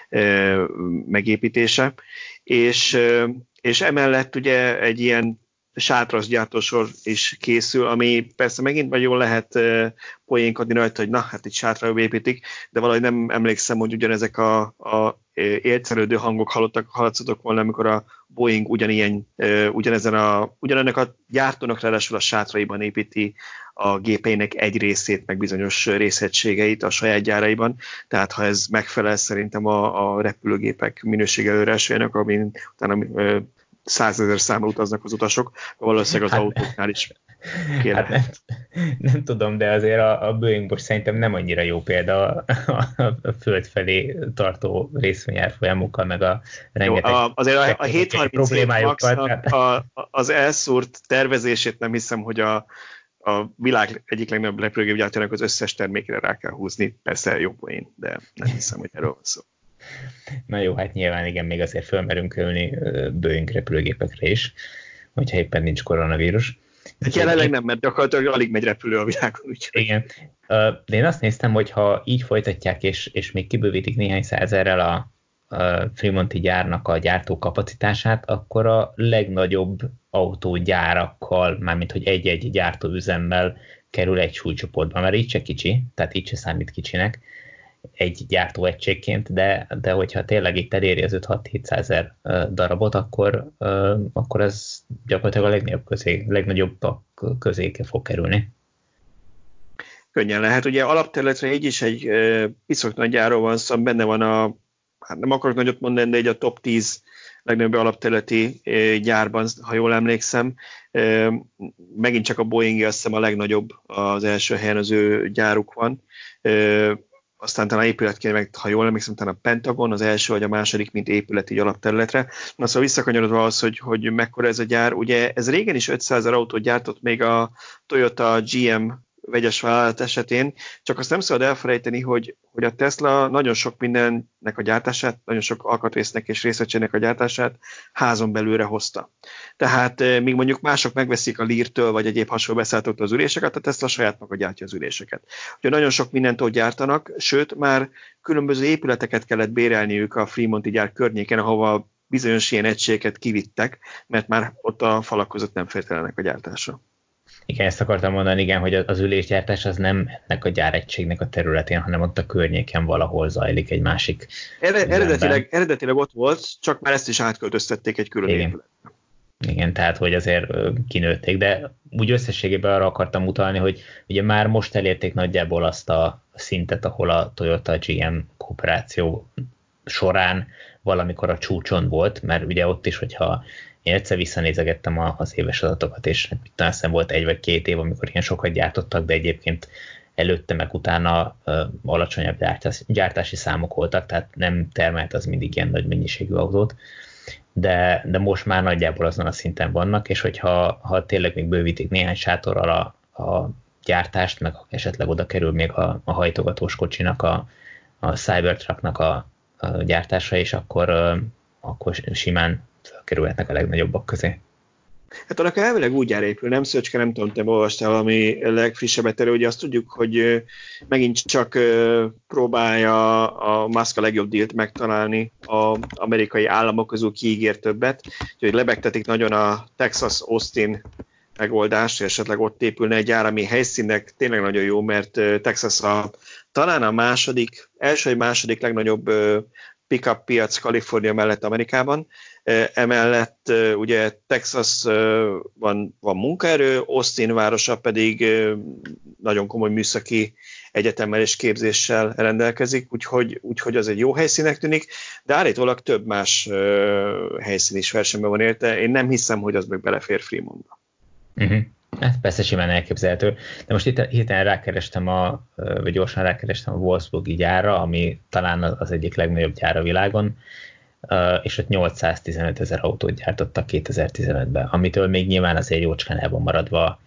megépítése. És, és emellett ugye egy ilyen sátrasgyártósor is készül, ami persze megint vagy jól lehet uh, poénkodni rajta, hogy na, hát itt sátra építik, de valahogy nem emlékszem, hogy ugyanezek a, a élcelődő hangok hallottak, hallatszatok volna, amikor a Boeing ugyanilyen, uh, ugyanezen a, ugyanennek a gyártónak ráadásul a sátraiban építi a gépeinek egy részét, meg bizonyos részegységeit a saját gyáraiban, tehát ha ez megfelel szerintem a, a repülőgépek minősége előrásjának, amin utána uh, százezer számra utaznak az utasok, valószínűleg az hát, autóknál is hát nem, nem tudom, de azért a, a Boeing most szerintem nem annyira jó példa a, a, a föld felé tartó részvényárfolyamokkal, meg a rengeteg jó, a, azért a, a hétszázharminchét Max-nak a, az elszúrt tervezését nem hiszem, hogy a, a világ egyik legnagyobb repülőgépgyártónak az összes termékére rá kell húzni. Persze jó poén, de nem hiszem, hogy erről van szó. Na jó, hát nyilván igen, még azért fölmerünk ülni Boeing repülőgépekre is, hogyha éppen nincs koronavírus. Hát jelenleg nem, mert gyakorlatilag alig megy repülő a világon. Úgyhogy. Igen. De én azt néztem, hogy ha így folytatják, és, és még kibővítik néhány százerrel a, a Fremonti gyárnak a gyártó kapacitását, akkor a legnagyobb autógyárakkal, mármint hogy egy-egy gyártóüzemmel kerül egy súlycsoportban, mert így se kicsi, tehát így se számít kicsinek, egy gyártóegységként, de, de hogyha tényleg itt eléri az öt-hat-hétszázer darabot, akkor, akkor ez gyakorlatilag a legnagyobb közé, legnagyobbak közé fog kerülni. Könnyen lehet. Ugye alapterületre így is egy e, piszok nagy gyárról van szó, benne van a, hát nem akarok nagyot mondani, de egy a top tíz legnagyobb alapterületi e, gyárban, ha jól emlékszem. E, megint csak a Boeing, azt hiszem a legnagyobb az első helyen az ő gyáruk van. E, aztán talán épületként, meg ha jól emlékszem, talán a Pentagon az első vagy a második, mint épület így alapterületre. Na szóval visszakanyarodva az, hogy, hogy mekkora ez a gyár, ugye ez régen is ötszázezer autót gyártott még a Toyota gé em vegyes vállalat esetén, csak azt nem szabad elfelejteni, hogy, hogy a Tesla nagyon sok mindennek a gyártását, nagyon sok alkatrésznek és részecsének a gyártását házon belülre hozta. Tehát míg mondjuk mások megveszik a Lear-től vagy egyéb hasonló beszállítóktól az üléseket, a Tesla saját maga gyártja az üléseket. Úgyhogy nagyon sok mindentől gyártanak, sőt már különböző épületeket kellett bérelniük a Fremonti gyár környéken, ahova bizonyos ilyen egységeket kivittek, mert már ott a falak között nem fértelenek a gyártásra. Igen, ezt akartam mondani, igen, hogy az ülésgyártás az nem ennek a gyáregységnek a területén, hanem ott a környéken valahol zajlik egy másik. Eredetileg, eredetileg ott volt, csak már ezt is átköltöztették egy külön épületre. Igen, tehát hogy azért kinőtték, de úgy összességében arra akartam utalni, hogy ugye már most elérték nagyjából azt a szintet, ahol a Toyota gé em kooperáció során valamikor a csúcson volt, mert ugye ott is, hogyha én egyszer visszanézegettem az éves adatokat, és talán szem volt egy vagy két év, amikor ilyen sokat gyártottak, de egyébként előtte meg utána uh, alacsonyabb gyártás, gyártási számok voltak, tehát nem termelt az mindig ilyen nagy mennyiségű autót, de, de most már nagyjából azon a szinten vannak, és hogyha ha tényleg még bővítik néhány sátorral a, a gyártást, meg esetleg oda kerül még a, a hajtogatós kocsinak, a, a Cybertrucknak a, a gyártása is, akkor, uh, akkor simán felkerülhetnek a legnagyobbak közé. Hát annak elvileg úgy jár épül, nem Szöcske, nem tudom, te olvastál valami legfrissebbet elő, ugye azt tudjuk, hogy megint csak próbálja a Musk a legjobb dílt megtalálni az amerikai államok közül, kiígér többet, úgyhogy lebegtetik nagyon a Texas-Austin megoldást, és esetleg ott épülne egy gyár, ami helyszínnek tényleg nagyon jó, mert Texas a, talán a második, első vagy második legnagyobb pick-up piac Kalifornia mellett Amerikában. Emellett ugye Texas van, van munkaerő, Austin városa pedig nagyon komoly műszaki egyetemmel és képzéssel rendelkezik, úgyhogy, úgyhogy az egy jó helyszínnek tűnik, de állítólag több más helyszín is versenyben van érte. Én nem hiszem, hogy az meg belefér Fremontba. Uh-huh. Ez persze simán elképzelhető, de most itt hirtelen rákerestem, a, vagy gyorsan rákerestem a Wolfsburgi gyárra, ami talán az egyik legnagyobb gyár a világon, és ott nyolcszáztizenöt ezer autót gyártottak kétezer-tizenötben, amitől még nyilván azért jócskán el van maradva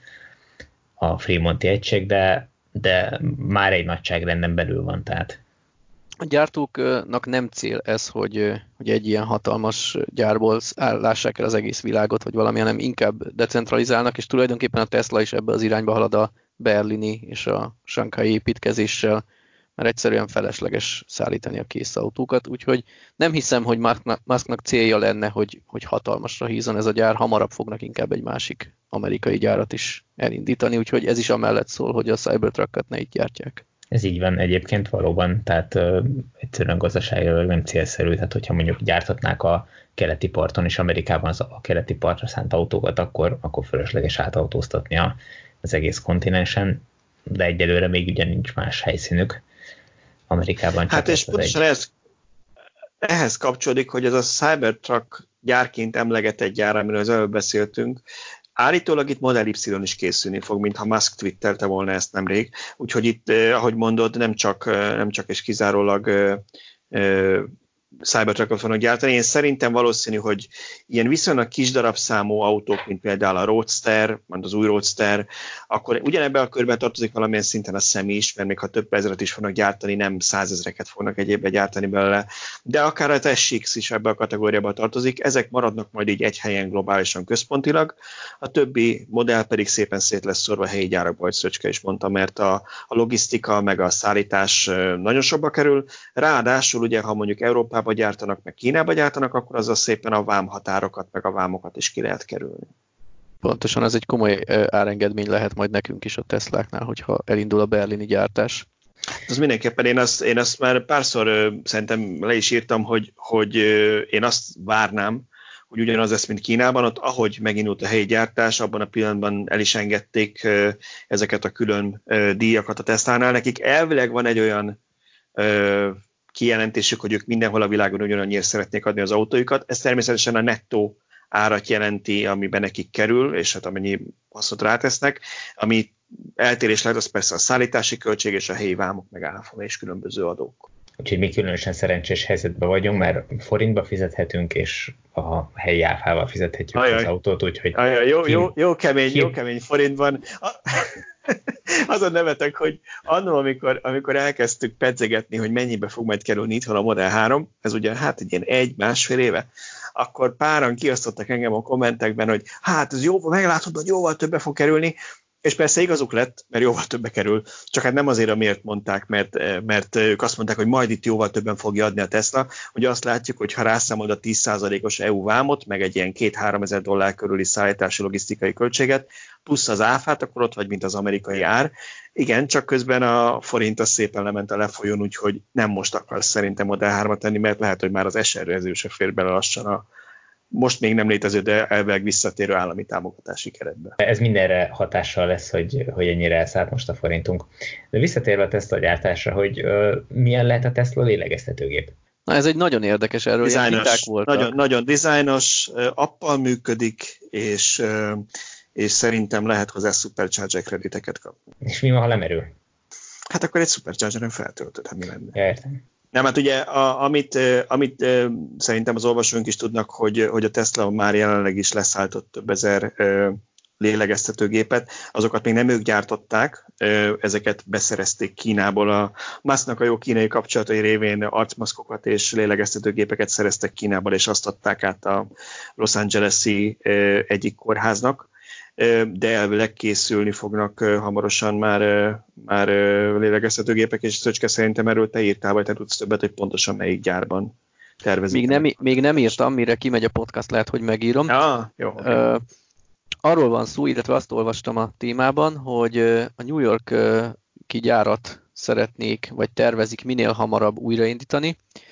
a Fremonti egység, de, de már egy nagyságrenden belül van, tehát. A gyártóknak nem cél ez, hogy, hogy egy ilyen hatalmas gyárból lássák el az egész világot, vagy valami, hanem inkább decentralizálnak, és tulajdonképpen a Tesla is ebbe az irányba halad a berlini és a sankhai építkezéssel, mert egyszerűen felesleges szállítani a kész autókat, úgyhogy nem hiszem, hogy Musknak célja lenne, hogy, hogy hatalmasra hízon ez a gyár, hamarabb fognak inkább egy másik amerikai gyárat is elindítani, úgyhogy ez is amellett szól, hogy a Cybertrucket ne itt gyártják. Ez így van egyébként valóban, tehát ö, egyszerűen gazdaságilag nem célszerű, tehát hogyha mondjuk gyártatnák a keleti parton és Amerikában az a keleti partra szánt autókat, akkor, akkor fölösleges átautóztatni a, az egész kontinensen, de egyelőre még ugye nincs más helyszínük. Amerikában csak hát és pontosan egy... ez, ehhez kapcsolódik, hogy ez a Cybertruck gyárként emlegetett gyár, amiről az előbb beszéltünk, állítólag itt Model Y is készülni fog, mintha Musk twittelte volna ezt nemrég. Úgyhogy itt, eh, ahogy mondod, nem csak, eh, nem csak és kizárólag eh, eh, Cybertruckot fognak gyártani. Én szerintem valószínű, hogy ilyen viszonylag kis darabszámú autók, mint például a Roadster, majd az új Roadster, akkor ugyanebben a körben tartozik valamilyen szinten a Semi is, mert még ha több ezret is fognak gyártani, nem százezreket fognak egyébben gyártani belőle, de akár az es iksz is ebbe a kategóriába tartozik, ezek maradnak majd így egy helyen globálisan központilag, a többi modell pedig szépen szét lesz szorva helyi gyárakba, ahogy Szöcske is mondta, mert a, a logisztika meg a szállítás nagyon sokba kerül, ráadásul ugye, ha mondjuk Európában gyártanak, meg Kínába gyártanak, akkor azzal szépen a vámhatárokat, meg a vámokat is ki lehet kerülni. Pontosan, ez egy komoly árengedmény lehet majd nekünk is a Tesláknál, hogyha elindul a berlini gyártás. Az mindenképpen, én azt, én azt már párszor szerintem le is írtam, hogy, hogy én azt várnám, hogy ugyanaz lesz, mint Kínában, ott ahogy megindult a helyi gyártás, abban a pillanatban el is engedték ezeket a külön díjakat a Teslánál. Nekik elvileg van egy olyan kijelentésük, hogy ők mindenhol a világon ugyanannyira szeretnék adni az autójukat. Ez természetesen a nettó árat jelenti, amiben nekik kerül, és hát amennyi hasznot rátesznek, ami eltérés lehet az persze a szállítási költség és a helyi vámok, meg áfa és különböző adók. Úgyhogy mi különösen szerencsés helyzetben vagyunk, mert forintba fizethetünk, és a helyi áfával fizethetjük ajaj, az autót, úgyhogy... Ajaj, jó, jó, jó, kemény, jó kemény forintban. Azon nevetek, hogy annól, amikor, amikor elkezdtük pedzegetni, hogy mennyibe fog majd kerülni itthon a Model három, ez ugye hát egy ilyen egy-másfél éve, akkor páran kiosztottak engem a kommentekben, hogy hát ez jó, meglátod, hogy jóval többe fog kerülni, és persze igazuk lett, mert jóval többe kerül, csak hát nem azért, amiért mondták, mert, mert ők azt mondták, hogy majd itt jóval többen fogja adni a Tesla, hogy azt látjuk, hogy ha rászámolod a tíz százalékos é u vámot, meg egy ilyen két-három ezer dollár körüli szállítási logisztikai költséget, plusz az áfát, akkor ott vagy, mint az amerikai ár. Igen, csak közben a forint az szépen lement a lefolyón, úgyhogy nem most akarsz szerintem Model hármat tenni, mert lehet, hogy már az es er-rező se fér bele lassan a most még nem létező, de elvileg visszatérő állami támogatási keretbe. Ez mindenre hatással lesz, hogy, hogy ennyire elszállt most a forintunk. De visszatérve a Tesla gyártásra, hogy uh, milyen lehet a Tesla lélegeztetőgép? Na ez egy nagyon érdekes, erről ilyen viták voltak. Nagyon, nagyon dizájnos, appal működik, és, és szerintem lehet hozzá Supercharger krediteket kapni. És mi van, ha lemerül? Hát akkor egy Superchargeren feltöltöd, ha mi lenne. Ja, értem. Nem, hát ugye, a, amit, amit szerintem az olvasóink is tudnak, hogy, hogy a Tesla már jelenleg is leszálltott több ezer lélegeztetőgépet, azokat még nem ők gyártották, ezeket beszerezték Kínából. A Musknak a jó kínai kapcsolatai révén arcmaszkokat és lélegeztetőgépeket szereztek Kínából, és azt adták át a Los Angeles-i egyik kórháznak, de elvileg készülni fognak hamarosan már, már lélegeztetőgépek, és Szöcske, szerintem erről te írtál, vagy te tudsz többet, hogy pontosan melyik gyárban tervezik. Még nem, még nem írtam, mire kimegy a podcast, lehet, hogy megírom. Ja, jó, okay. uh, arról van szó, illetve azt olvastam a témában, hogy a New York-i gyárat szeretnék, vagy tervezik minél hamarabb újraindítani,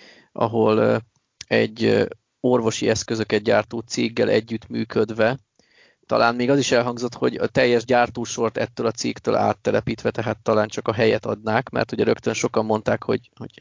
ahol egy orvosi eszközöket gyártó céggel együttműködve, talán még az is elhangzott, hogy a teljes gyártósort ettől a cégtől áttelepítve, tehát talán csak a helyet adnák, mert ugye rögtön sokan mondták, hogy, hogy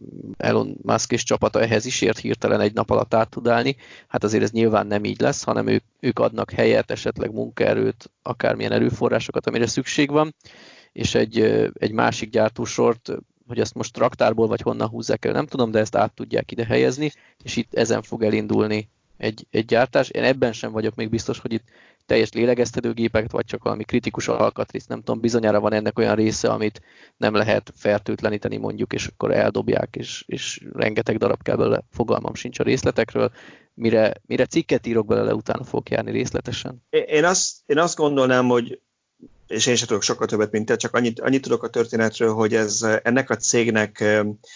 Elon Musk és csapata ehhez is ért hirtelen egy nap alatt át tud állni. Hát azért ez nyilván nem így lesz, hanem ők, ők adnak helyet, esetleg munkaerőt, akármilyen erőforrásokat, amire szükség van, és egy, egy másik gyártósort, hogy ezt most raktárból vagy honnan húzzák el, nem tudom, de ezt át tudják ide helyezni, és itt ezen fog elindulni egy, egy gyártás. Én ebben sem vagyok még biztos, hogy itt teljes lélegeztetőgépeket, vagy csak valami kritikus alkatrész, nem tudom, bizonyára van ennek olyan része, amit nem lehet fertőtleníteni mondjuk, és akkor eldobják, és, és rengeteg darab kell belőle, fogalmam sincs a részletekről. Mire, mire cikket írok belőle, utána fogok járni részletesen. Én azt, én azt gondolnám, hogy, és én sem tudok sokkal többet, mint te, csak annyit, annyit tudok a történetről, hogy ez ennek a cégnek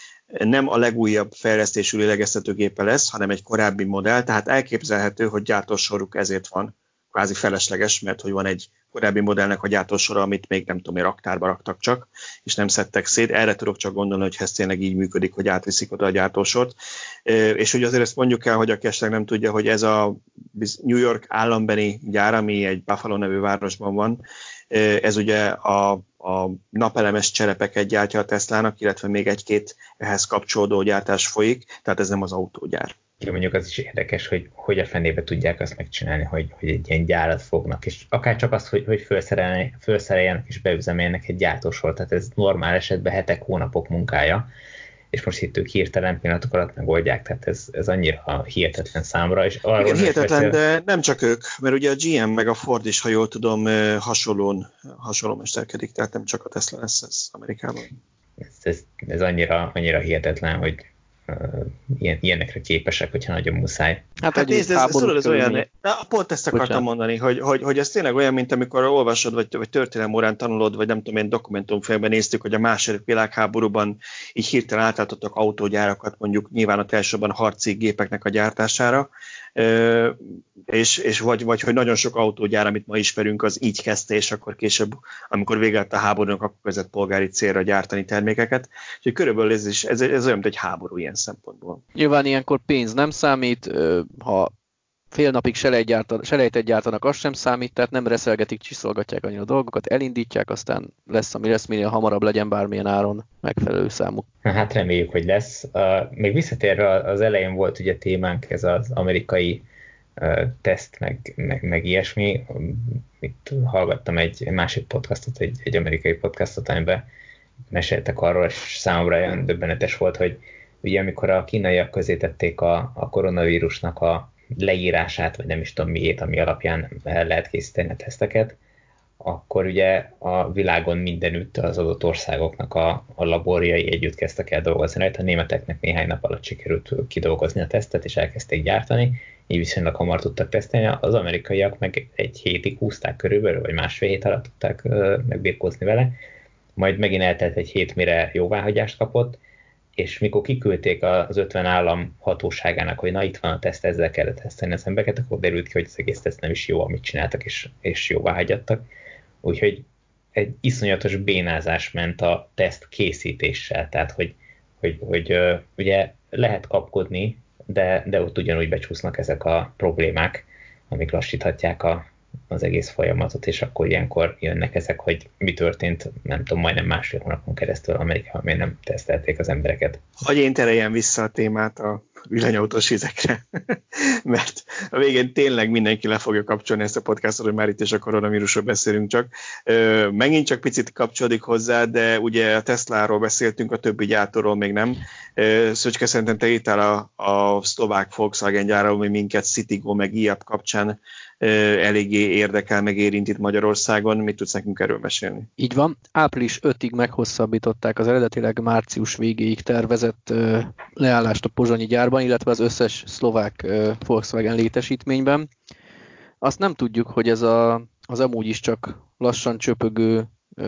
nem a legújabb fejlesztésű lélegeztetőgépe lesz, hanem egy korábbi modell, tehát elképzelhető, hogy gyártósoruk ezért van kvázi felesleges, mert hogy van egy korábbi modellnek a gyártósora, amit még nem tudom, hogy raktárba raktak csak, és nem szedtek szét. Erre tudok csak gondolni, hogy ez tényleg így működik, hogy átviszik oda a gyártósort. És hogy azért ezt mondjuk el, hogy aki esetleg nem tudja, hogy ez a New York állambeli gyár, ami egy Buffalo nevű városban van, ez ugye a, a napelemes cserepeket gyártja a Teslának, illetve még egy-két ehhez kapcsolódó gyártás folyik, tehát ez nem az autógyár. Ja, mondjuk az is érdekes, hogy hogy a fenébe tudják azt megcsinálni, hogy, hogy egy ilyen gyárat fognak, és akár csak azt, hogy, hogy felszereljenek és beüzemeljenek egy gyártósort, tehát ez normál esetben hetek, hónapok munkája, és most itt ők hirtelen pillanatok alatt megoldják, tehát ez, ez annyira hihetetlen számra. És arról igen, hihetetlen, beszél... de nem csak ők, mert ugye a gé em meg a Ford is, ha jól tudom, hasonlón, hasonló mesterkedik, tehát nem csak a Tesla lesz ez Amerikában. Ez, ez, ez annyira, annyira hihetetlen, hogy Ilyen, ilyenekre képesek, hogyha nagyon muszáj. Hát, hát nézd, ez, ez, tudod, ez olyan, na, pont ezt akartam Bocsán. mondani, hogy, hogy, hogy ez tényleg olyan, mint amikor olvasod, vagy, vagy történelem órán tanulod, vagy nem tudom, én dokumentumfilmben néztük, hogy a második világháborúban így hirtelen átálltottak autógyárakat, mondjuk nyilván a elsősorban harci gépeknek a gyártására, és, és vagy, vagy hogy nagyon sok autógyár, amit ma ismerünk, az így kezdte, és akkor később, amikor vége lett a háborúnak, akkor kezdett polgári célra gyártani termékeket. Úgyhogy körülbelül ez, is, ez, ez olyan, mint egy háború ilyen szempontból. Nyilván ilyenkor pénz nem számít, ha fél napig selejtet gyártanak, az sem számít, tehát nem reszelgetik, csiszolgatják annyira a dolgokat, elindítják, aztán lesz, ami lesz, minél hamarabb legyen bármilyen áron megfelelő számú. Hát reméljük, hogy lesz. Uh, még visszatérve az elején volt ugye témánk, ez az amerikai teszt, meg, meg, meg ilyesmi. Itt hallgattam egy másik podcastot, egy, egy amerikai podcastot, amiben meséltek arról, és számomra olyan döbbenetes volt, hogy ugye amikor a kínaiak közé tették a, a koronavírusnak a leírását, vagy nem is tudom miét, ami alapján el lehet készíteni a teszteket, akkor ugye a világon mindenütt az adott országoknak a, a laborjai együtt kezdtek el dolgozni rajta. A németeknek néhány nap alatt sikerült kidolgozni a tesztet, és elkezdték gyártani, így viszonylag hamar tudtak tesztelni. Az amerikaiak meg egy hétig húzták körülbelül, vagy másfél hét alatt tudták uh, megbirkózni vele, majd megint eltelt egy hét, mire jóváhagyást kapott, és mikor kiküldték az ötven állam hatóságának, hogy na itt van a teszt, ezzel kellett tesztelni az embereket, akkor derült ki, hogy az egész teszt nem is jó, amit csináltak, és, és jóváhagyattak. Úgyhogy egy iszonyatos bénázás ment a teszt készítéssel, tehát hogy, hogy, hogy uh, ugye lehet kapkodni, de, de ott ugyanúgy becsúsznak ezek a problémák, amik lassíthatják a, az egész folyamatot, és akkor ilyenkor jönnek ezek, hogy mi történt, nem tudom, majdnem másfél hónapon keresztül Amerikában, miért nem tesztelték az embereket. Hogy én tereljem vissza a témát a villanyautós vizekre, mert a végén tényleg mindenki le fogja kapcsolni ezt a podcastot, hogy már itt is a koronavírusról beszélünk csak. Megint csak picit kapcsolódik hozzá, de ugye a Tesláról beszéltünk, a többi gyártóról még nem. Szöcske, szerintem te írtál a, a szlovák Volkswagen gyárról, hogy minket Citigo meg i á pé kapcsán eléggé érdekel, meg érint itt Magyarországon. Mit tudsz nekünk erről mesélni? Így van. április ötödiig meghosszabbították az eredetileg március végéig tervezett leállást a pozsonyi gyárban, illetve az összes szlovák Volkswagen létesítményben. Azt nem tudjuk, hogy ez a, az amúgy is csak lassan csöpögő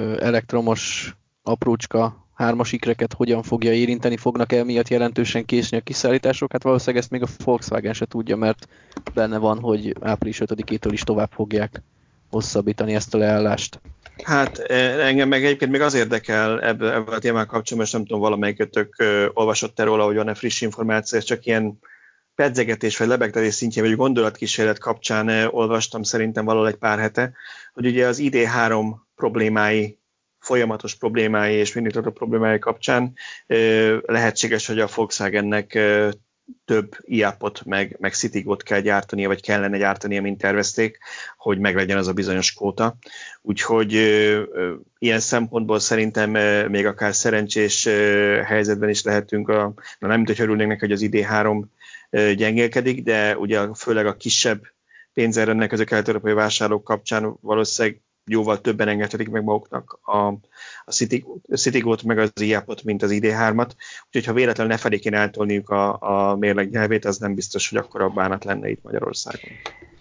elektromos aprócska hármas ikreket hogyan fogja érinteni, fognak el miatt jelentősen késni a kiszállítások. Hát valószínűleg ezt még a Volkswagen se tudja, mert benne van, hogy április ötödikétől is tovább fogják hosszabbítani ezt a leállást. Hát engem meg egyébként még az érdekel ebben ebbe a témával kapcsolatban, és nem tudom, valamelyikötök olvasott-e róla, hogy van-e friss információ, ez csak ilyen pedzegetés vagy lebegtetés szintjén, vagy gondolatkísérlet kapcsán olvastam szerintem valahol egy pár hete, hogy ugye az I D három problémái, folyamatos problémái és mindig problémái kapcsán lehetséges, hogy a Volkswagennek több i á pé-ot meg, meg Citigo-t kell gyártania, vagy kellene gyártania, mint tervezték, hogy meglegyen az a bizonyos kvóta. Úgyhogy ö, ö, ilyen szempontból szerintem ö, még akár szerencsés ö, helyzetben is lehetünk. A, na nem, mint hogy örülnénk neki, hogy az I D három ö, gyengélkedik, de ugye főleg a kisebb pénzzel rendelkező kelet-európai vásárlók kapcsán valószínűleg jóval többen engedhetik meg maguknak a, a Citigo-t, meg az i á pé-ot, mint az I D hármat. Úgyhogy ha véletlenül ne felé kéne eltolniuk a, a mérleg nyelvét, az nem biztos, hogy akkor a bánat lenne itt Magyarországon.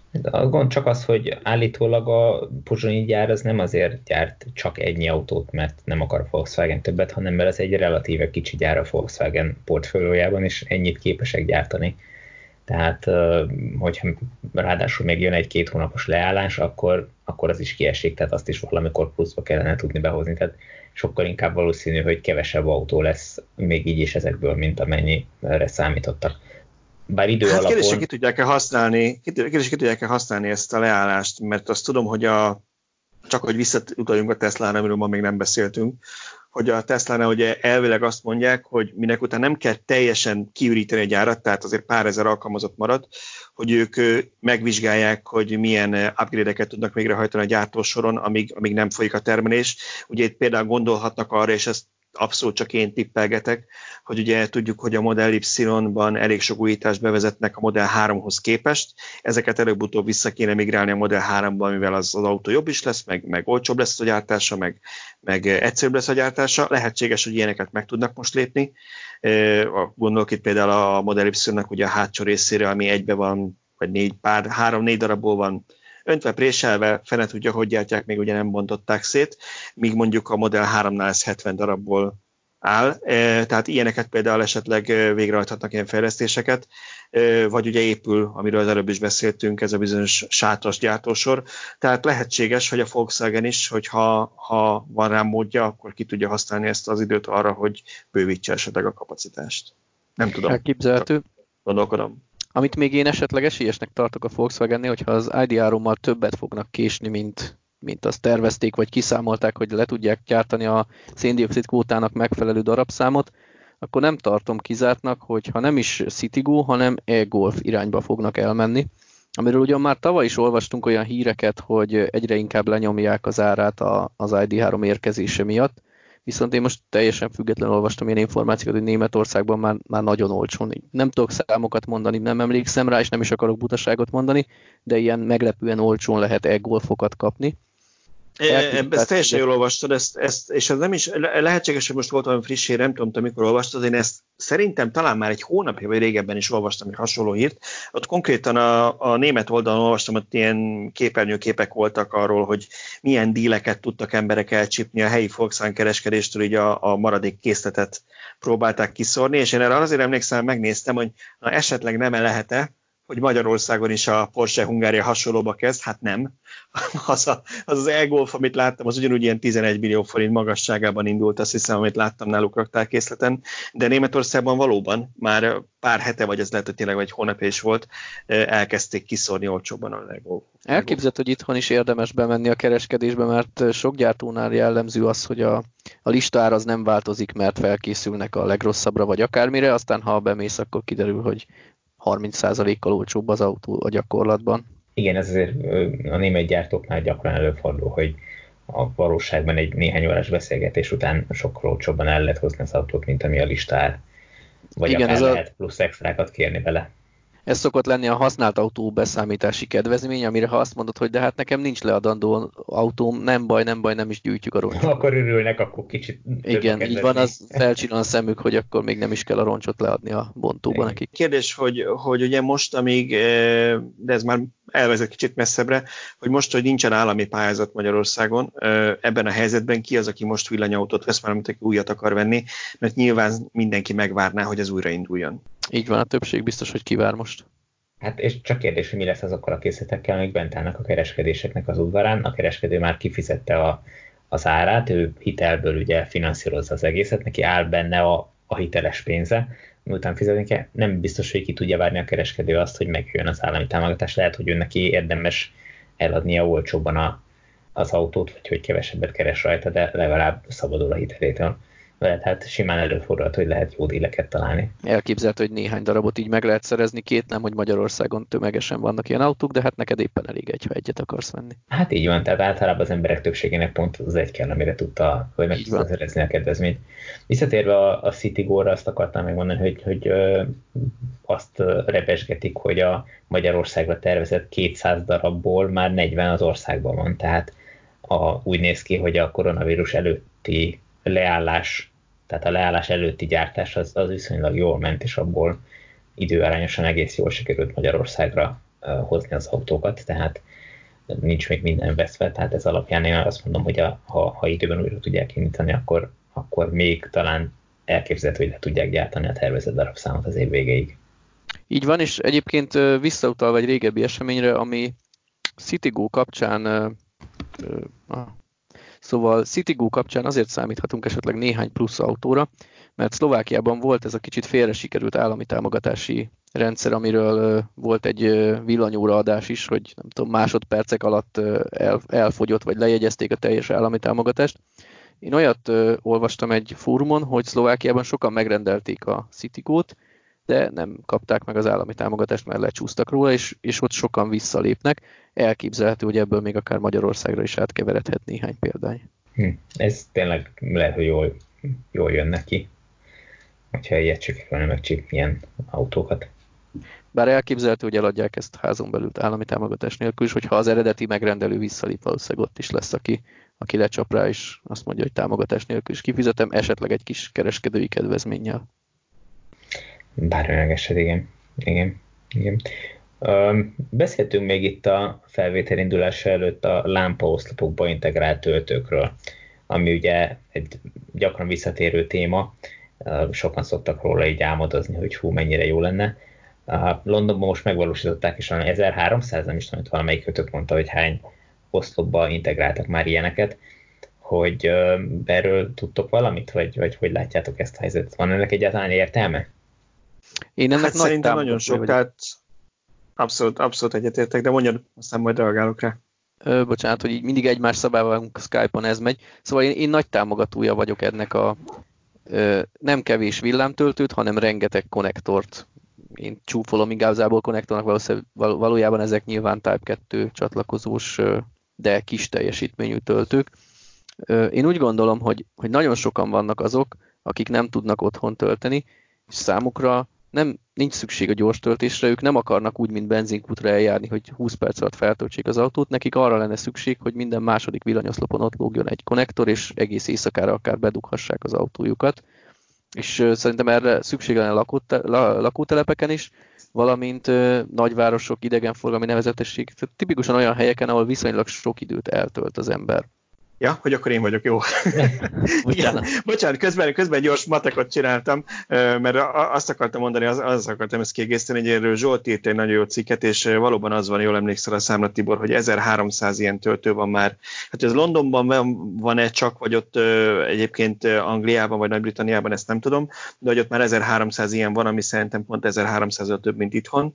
A gond csak az, hogy állítólag a pozsonyi gyár az nem azért gyárt csak ennyi autót, mert nem akar a Volkswagen többet, hanem mert az egy relatíve kicsi gyár a Volkswagen portfóliójában, és ennyit képesek gyártani. Tehát, hogyha ráadásul még jön egy-két hónapos leállás, akkor, akkor az is kiesik, tehát azt is valamikor pluszba kellene tudni behozni. Tehát sokkal inkább valószínű, hogy kevesebb autó lesz még így is ezekből, mint amennyire számítottak. Bár idő hát alapon... kérdés, ki tudják-e használni, kérdés, ki tudják-e használni ezt a leállást, mert azt tudom, hogy a, csak hogy visszatutaljunk a Teslára, amiről ma még nem beszéltünk, hogy a Teslánál ugye elvileg azt mondják, hogy minek után nem kell teljesen kiüríteni a gyárat, tehát azért pár ezer alkalmazott marad, hogy ők megvizsgálják, hogy milyen upgrade-eket tudnak végrehajtani a gyártósoron, amíg, amíg nem folyik a termelés. Ugye itt például gondolhatnak arra, és ezt abszolút csak én tippelgetek, hogy ugye tudjuk, hogy a Model Y-ban elég sok újítást bevezetnek a Model háromhoz képest, ezeket előbb-utóbb vissza kéne migrálni a Model háromban, mivel az, az autó jobb is lesz, meg, meg olcsóbb lesz a gyártása, meg, meg egyszerűbb lesz a gyártása. Lehetséges, hogy ilyeneket meg tudnak most lépni. Gondolok itt például a Model Y-nak ugye a hátsó részére, ami egybe van, vagy négy, pár, három-négy darabból van öntve, préselve, fene tudja, hogy gyártják, még ugye nem bontották szét, míg mondjuk a Model háromnál ez hetven darabból áll, tehát ilyeneket például esetleg végrehajthatnak ilyen fejlesztéseket, vagy ugye épül, amiről az előbb is beszéltünk, ez a bizonyos sátras gyártósor, tehát lehetséges, hogy a Volkswagen is, hogyha ha van rá módja, akkor ki tudja használni ezt az időt arra, hogy bővítse esetleg a kapacitást. Nem tudom. Elképzelhető. Gondolkodom. Amit még én esetleg esélyesnek tartok a Volkswagennél, hogyha az I D hárommal többet fognak késni, mint, mint azt tervezték, vagy kiszámolták, hogy le tudják gyártani a széndioxid kvótának megfelelő darabszámot, akkor nem tartom kizártnak, hogy ha nem is Citigo, hanem e-Golf irányba fognak elmenni. amiről ugyan már tavaly is olvastunk olyan híreket, hogy egyre inkább lenyomják az árát az i dé három érkezése miatt, viszont én most teljesen függetlenül olvastam ilyen információkat, hogy Németországban már, már nagyon olcsón. Nem tudok számokat mondani, nem emlékszem rá, és nem is akarok butaságot mondani, de ilyen meglepően olcsón lehet e-golfokat kapni. Ezt teljesen jól olvastad, ezt, ezt, és ez nem is lehetséges, hogy most volt olyan friss hír, nem tudom, mikor olvastad, én ezt szerintem talán már egy hónapja vagy régebben is olvastam egy hasonló hírt. Ott konkrétan a, a német oldalon olvastam, hogy ilyen képernyőképek voltak arról, hogy milyen díleket tudtak emberek elcsípni a helyi Volkswagen kereskedéstől, így a, a maradék készletet próbálták kiszórni, és én erre azért emlékszem, megnéztem, hogy na esetleg nem lehet-e, hogy Magyarországon is a Porsche Hungária hasonlóba kezd, hát nem. Az, a, az az e-golf, amit láttam, az ugyanúgy ilyen tizenegy millió forint magasságában indult, azt hiszem, amit láttam náluk raktárkészleten, de Németországban valóban már pár hete, vagy ez lehet, hogy tényleg egy hónapja is volt, elkezdték kiszórni olcsóbban a e-golf. Elképzelt, hogy itthon is érdemes bemenni a kereskedésbe, mert sok gyártónál jellemző az, hogy a, a listaár az nem változik, mert felkészülnek a legrosszabbra, vagy akármire, aztán ha bemész, akkor kiderül, hogy harminc százalékkal olcsóbb az autó a gyakorlatban. Igen, ez azért a német gyártóknál gyakran előfordul, hogy a valóságban egy néhány órás beszélgetés után sokkal olcsóbban el lehet hozni az autót, mint ami a listár. Vagy igen, akár lehet a... plusz extrákat kérni vele. Ez szokott lenni a használt autó beszámítási kedvezmény, amire ha azt mondod, hogy de hát nekem nincs leadandó autóm, nem baj, nem baj, nem is gyűjtjük a roncsot. Akkor örülnek, akkor kicsit igen, így van, az felcsillan a szemük, hogy akkor még nem is kell a roncsot leadni a bontóban nekik. Kérdés, hogy, hogy ugye most, amíg, de ez már elvezet kicsit messzebbre, hogy most, hogy nincsen állami pályázat Magyarországon, ebben a helyzetben ki az, aki most villanyautót vesz, már amit újat akar venni, mert nyilván mindenki megvárná, hogy ez újrainduljon. Így van, a többség biztos, hogy kivár most. Hát és csak kérdés, hogy mi lesz azokkal a készletekkel, amik bent állnak a kereskedéseknek az udvarán. A kereskedő már kifizette a, az árát, ő hitelből ugye finanszírozza az egészet, neki áll benne a, a hiteles pénze, miután fizetni kell. Nem biztos, hogy ki tudja várni a kereskedő azt, hogy megjön az állami támogatás. Lehet, hogy ő neki érdemes eladnia olcsóbban a, az autót, vagy hogy kevesebbet keres rajta, de legalább szabadul a hitelétől. Lehet, hát simán előfordulhat, hogy lehet jó díleket találni. Elképzelhető, hogy néhány darabot így meg lehet szerezni, két nem, hogy Magyarországon tömegesen vannak ilyen autók, de hát neked éppen elég egy, ha egyet akarsz venni. Hát így van, tehát általában az emberek többségének pont az egy kell, amire tudta, hogy meg tudta szerezni a kedvezményt. Visszatérve a, a Citigo-ra, azt akartam megmondani, hogy, hogy ö, azt repesgetik, hogy a Magyarországra tervezett kétszáz darabból már negyven az országban van, tehát a, úgy néz ki, hogy a koronavírus előtti leállás, tehát a leállás előtti gyártás az, az viszonylag jól ment, és abból időarányosan egész jól sikerült Magyarországra uh, hozni az autókat, tehát nincs még minden veszve, tehát ez alapján én azt mondom, hogy a, ha, ha időben újra tudják indítani, akkor, akkor még talán elképzelhető, hogy le tudják gyártani a tervezett darabszámot az év végéig. Így van, és egyébként visszautalva egy régebbi eseményre, ami Citigo kapcsán uh, uh, Szóval Citigo kapcsán azért számíthatunk esetleg néhány plusz autóra, mert Szlovákiában volt ez a kicsit félre sikerült állami támogatási rendszer, amiről volt egy villanyóraadás is, hogy nem tudom, másodpercek alatt el, elfogyott, vagy lejegyezték a teljes állami támogatást. Én olyat olvastam egy fórumon, hogy Szlovákiában sokan megrendelték a Citigót, de nem kapták meg az állami támogatást, mert lecsúsztak róla, és, és ott sokan visszalépnek. Elképzelhető, hogy ebből még akár Magyarországra is átkeveredhet néhány példány. Hm. Ez tényleg lehet, hogy jól, jól jön neki, hogyha ilyet sikerülne megcsípni ilyen autókat. Bár elképzelhető, hogy eladják ezt házon belül állami támogatás nélkül is, hogyha az eredeti megrendelő visszalép, valószínűleg ott is lesz, aki, aki lecsap rá, és azt mondja, hogy támogatás nélkül is kifizetem, esetleg egy kis kereskedői kedvezménnyel. Bármilyen eset, igen. igen. igen. Um, beszéltünk még itt a felvétel indulása előtt a lámpaoszlopokba integrált töltőkről, ami ugye egy gyakran visszatérő téma, uh, sokan szoktak róla így álmodozni, hogy hú, mennyire jó lenne. Uh, Londonban most megvalósították, és valami ezerháromszáz, nem is tudom, hogy valamelyik kötök mondta, hogy hány oszlopba integráltak már ilyeneket, hogy uh, erről tudtok valamit, vagy, vagy hogy látjátok ezt a helyzetet? Van ennek egyáltalán értelme? Én ennek hát nagy szerintem nagyon sok, vagyok. tehát abszolút, abszolút egyetértek, de mondjad, aztán majd reagálok rá. Ö, bocsánat, hogy így mindig egymás szabával Skype-on ez megy. Szóval én, én nagy támogatója vagyok ennek a ö, nem kevés villámtöltőt, hanem rengeteg konnektort én csúfolom igazából konnektornak, valójában ezek nyilván Type kettő csatlakozós, de kis teljesítményű töltők. Én úgy gondolom, hogy, hogy nagyon sokan vannak azok, akik nem tudnak otthon tölteni, és számukra nem, nincs szükség a gyors töltésre, ők nem akarnak úgy, mint benzinkútra eljárni, hogy húsz perc alatt feltöltsék az autót, nekik arra lenne szükség, hogy minden második villanyoszlopon ott lógjon egy konnektor, és egész éjszakára akár bedughassák az autójukat. És szerintem erre szükség lenne lakóte, lakótelepeken is, valamint nagyvárosok, idegenforgalmi nevezetesség, tipikusan olyan helyeken, ahol viszonylag sok időt eltölt az ember. Ja, hogy akkor én vagyok, jó. Bocsánat. Bocsánat, közben, közben gyors matekot csináltam, mert azt akartam mondani, az, azt akartam ezt kiegészíteni, hogy erről Zsolt írt egy nagyon jó cikket, és valóban az van, jól emlékszel a számra, Tibor, hogy ezerháromszáz ilyen töltő van már. Hát ez Londonban van-e csak, vagy ott egyébként Angliában, vagy Nagy-Britanniában, ezt nem tudom, de hogy ott már ezerháromszáz ilyen van, ami szerintem pont ezerháromszázal több, mint itthon.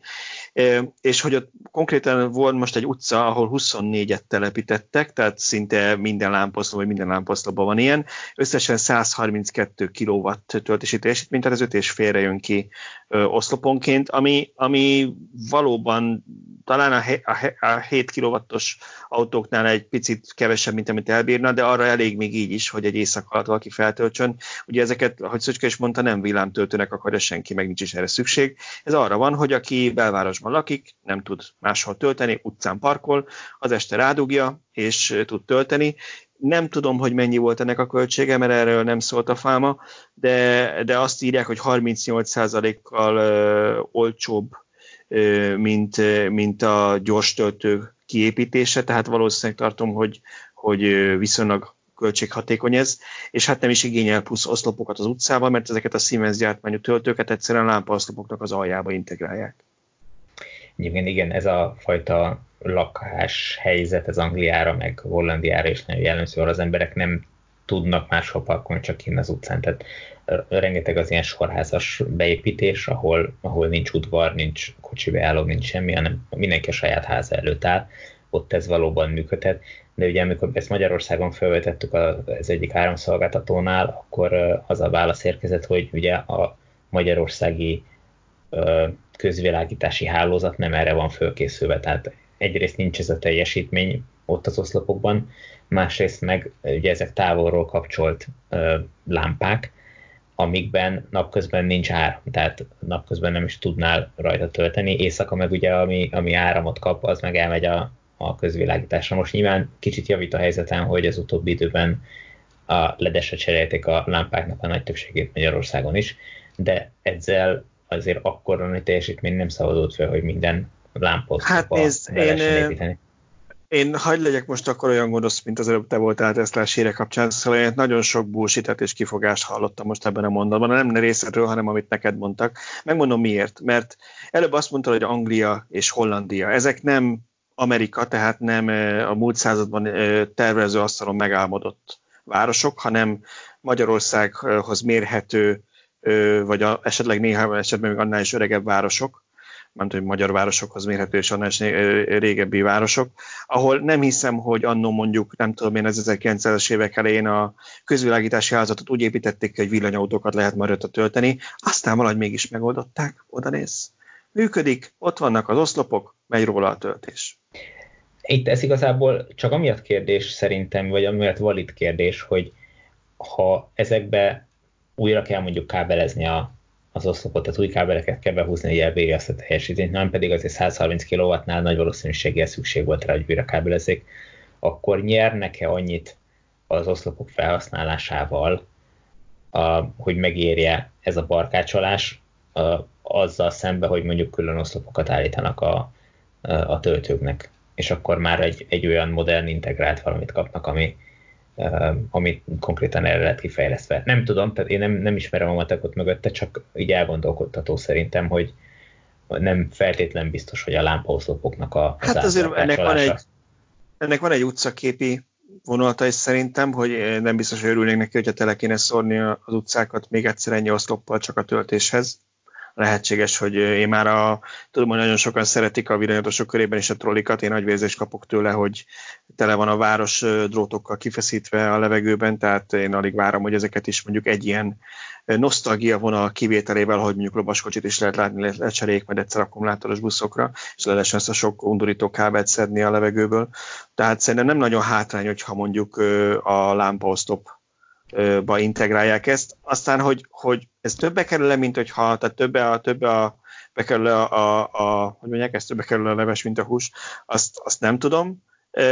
És hogy ott konkrétan volt most egy utca, ahol huszonnégyet telepítettek, tehát szinte minden lámposzló, vagy minden lámposzlóban van ilyen. Összesen száz harminckettő kilowatt töltési teljesítmény, tehát ez öt és félre jön ki ö, oszloponként, ami, ami valóban talán a, he, a, he, a hét kilowattos autóknál egy picit kevesebb, mint amit elbírna, de arra elég még így is, hogy egy éjszaka alatt valaki feltöltsön. Ugye ezeket, ahogy Szöcske is mondta, nem villámtöltőnek akarja senki, meg nincs is erre szükség. Ez arra van, hogy aki belvárosban lakik, nem tud máshol tölteni, utcán parkol, az este rádugja, és tud tölteni. Nem tudom, hogy mennyi volt ennek a költsége, mert erről nem szólt a fáma, de, de azt írják, hogy harmincnyolc százalékkal ö, olcsóbb, ö, mint, mint a gyors töltő kiépítése, tehát valószínűleg tartom, hogy, hogy viszonylag költséghatékony ez, és hát nem is igényel plusz oszlopokat az utcában, mert ezeket a Siemens gyártmányú töltőket egyszerűen lámpaoszlopoknak az aljába integrálják. Egyébként igen, ez a fajta lakás helyzet az Angliára, meg Hollandiára is nagyon jellemző, az emberek nem tudnak máshol parkolni, csak kint az utcán. Tehát rengeteg az ilyen sorházas beépítés, ahol, ahol nincs udvar, nincs kocsi beálló, nincs semmi, hanem mindenki a saját háza előtt áll. Ott ez valóban működhet. De ugye amikor ezt Magyarországon felvetettük az egyik áramszolgáltatónál, akkor az a válasz érkezett, hogy ugye a magyarországi közvilágítási hálózat nem erre van fölkészülve, tehát egyrészt nincs ez a teljesítmény ott az oszlopokban, másrészt meg ugye ezek távolról kapcsolt ö, lámpák, amikben napközben nincs áram, tehát napközben nem is tudnál rajta tölteni, éjszaka meg ugye ami, ami áramot kap, az meg elmegy a, a közvilágításra. Most nyilván kicsit javít a helyzeten, hogy az utóbbi időben a ledesre cserélték a lámpáknak a nagy többségét Magyarországon is, de ezzel azért akkora nagy teljesítmény nem szabadult fel, hogy minden lámposztba hát be lehessen építeni. Én hagyd legyek most akkor olyan gonosz, mint az előbb te voltál Teslás hírek kapcsán, szóval én nagyon sok bullshit-et és kifogást hallottam most ebben a mondatban, nem részletről, hanem amit neked mondtak. Megmondom miért, mert előbb azt mondtad, hogy Anglia és Hollandia, ezek nem Amerika, tehát nem a múlt században tervező asztalon megálmodott városok, hanem Magyarországhoz mérhető, vagy a, esetleg néhány esetben még annál is öregebb városok, mert hogy magyar városokhoz mérhető és annál is régebbi városok, ahol nem hiszem, hogy annó mondjuk, nem tudom én, az ezerkilencszázas évek elején a közvilágítási hálózatot úgy építették, hogy villanyautókat lehet majd rajta tölteni, aztán valahogy mégis megoldották, oda néz. Működik, ott vannak az oszlopok, megy róla a töltés. Itt ez igazából csak amiatt kérdés szerintem, vagy amiatt valid kérdés, hogy ha ezekbe újra kell mondjuk kábelezni a, az oszlopot, tehát új kábeleket kell behúzni, hogy elvégje azt a teljesítményt, nem pedig azért száz harminc kilowattnál nagy valószínűséggel szükség volt rá, hogy újra kábelezzék, akkor nyernek-e annyit az oszlopok felhasználásával, a, hogy megérje ez a barkácsolás a, azzal szembe, hogy mondjuk külön oszlopokat állítanak a, a töltőknek, és akkor már egy, egy olyan modern integrált valamit kapnak, ami Uh, amit konkrétan erre lett kifejlesztve. Nem tudom, tehát én nem, nem ismerem a matekot mögötte, csak így elgondolkodtató szerintem, hogy nem feltétlen biztos, hogy a lámpaoszlopoknak a hát azért ennek van, egy, ennek van egy utcaképi vonalata is szerintem, hogy nem biztos, hogy örülnék neki, hogyha tele kéne szórni az utcákat még egyszer ennyi oszloppal csak a töltéshez. Lehetséges, hogy én már a, tudom, hogy nagyon sokan szeretik a villanyautósok körében is a trollikat, én nagy vérzést kapok tőle, hogy tele van a város drótokkal kifeszítve a levegőben, tehát én alig várom, hogy ezeket is mondjuk egy ilyen nosztalgia vonal kivételével, hogy mondjuk lovaskocsit is lehet látni lecseréljék majd egyszer akkumulátoros buszokra, és le lehessen ezt a sok undorító kábelt szedni a levegőből. Tehát szerintem nem nagyon hátrány, hogyha mondjuk a lámpaosztopba integrálják ezt. Aztán, hogy, hogy ez többe kerül-e, mint hogyha, tehát többe a, többe a bekerül a, a, a, hogy mondják, ez többe kerül a leves, mint a hús, azt, azt nem tudom,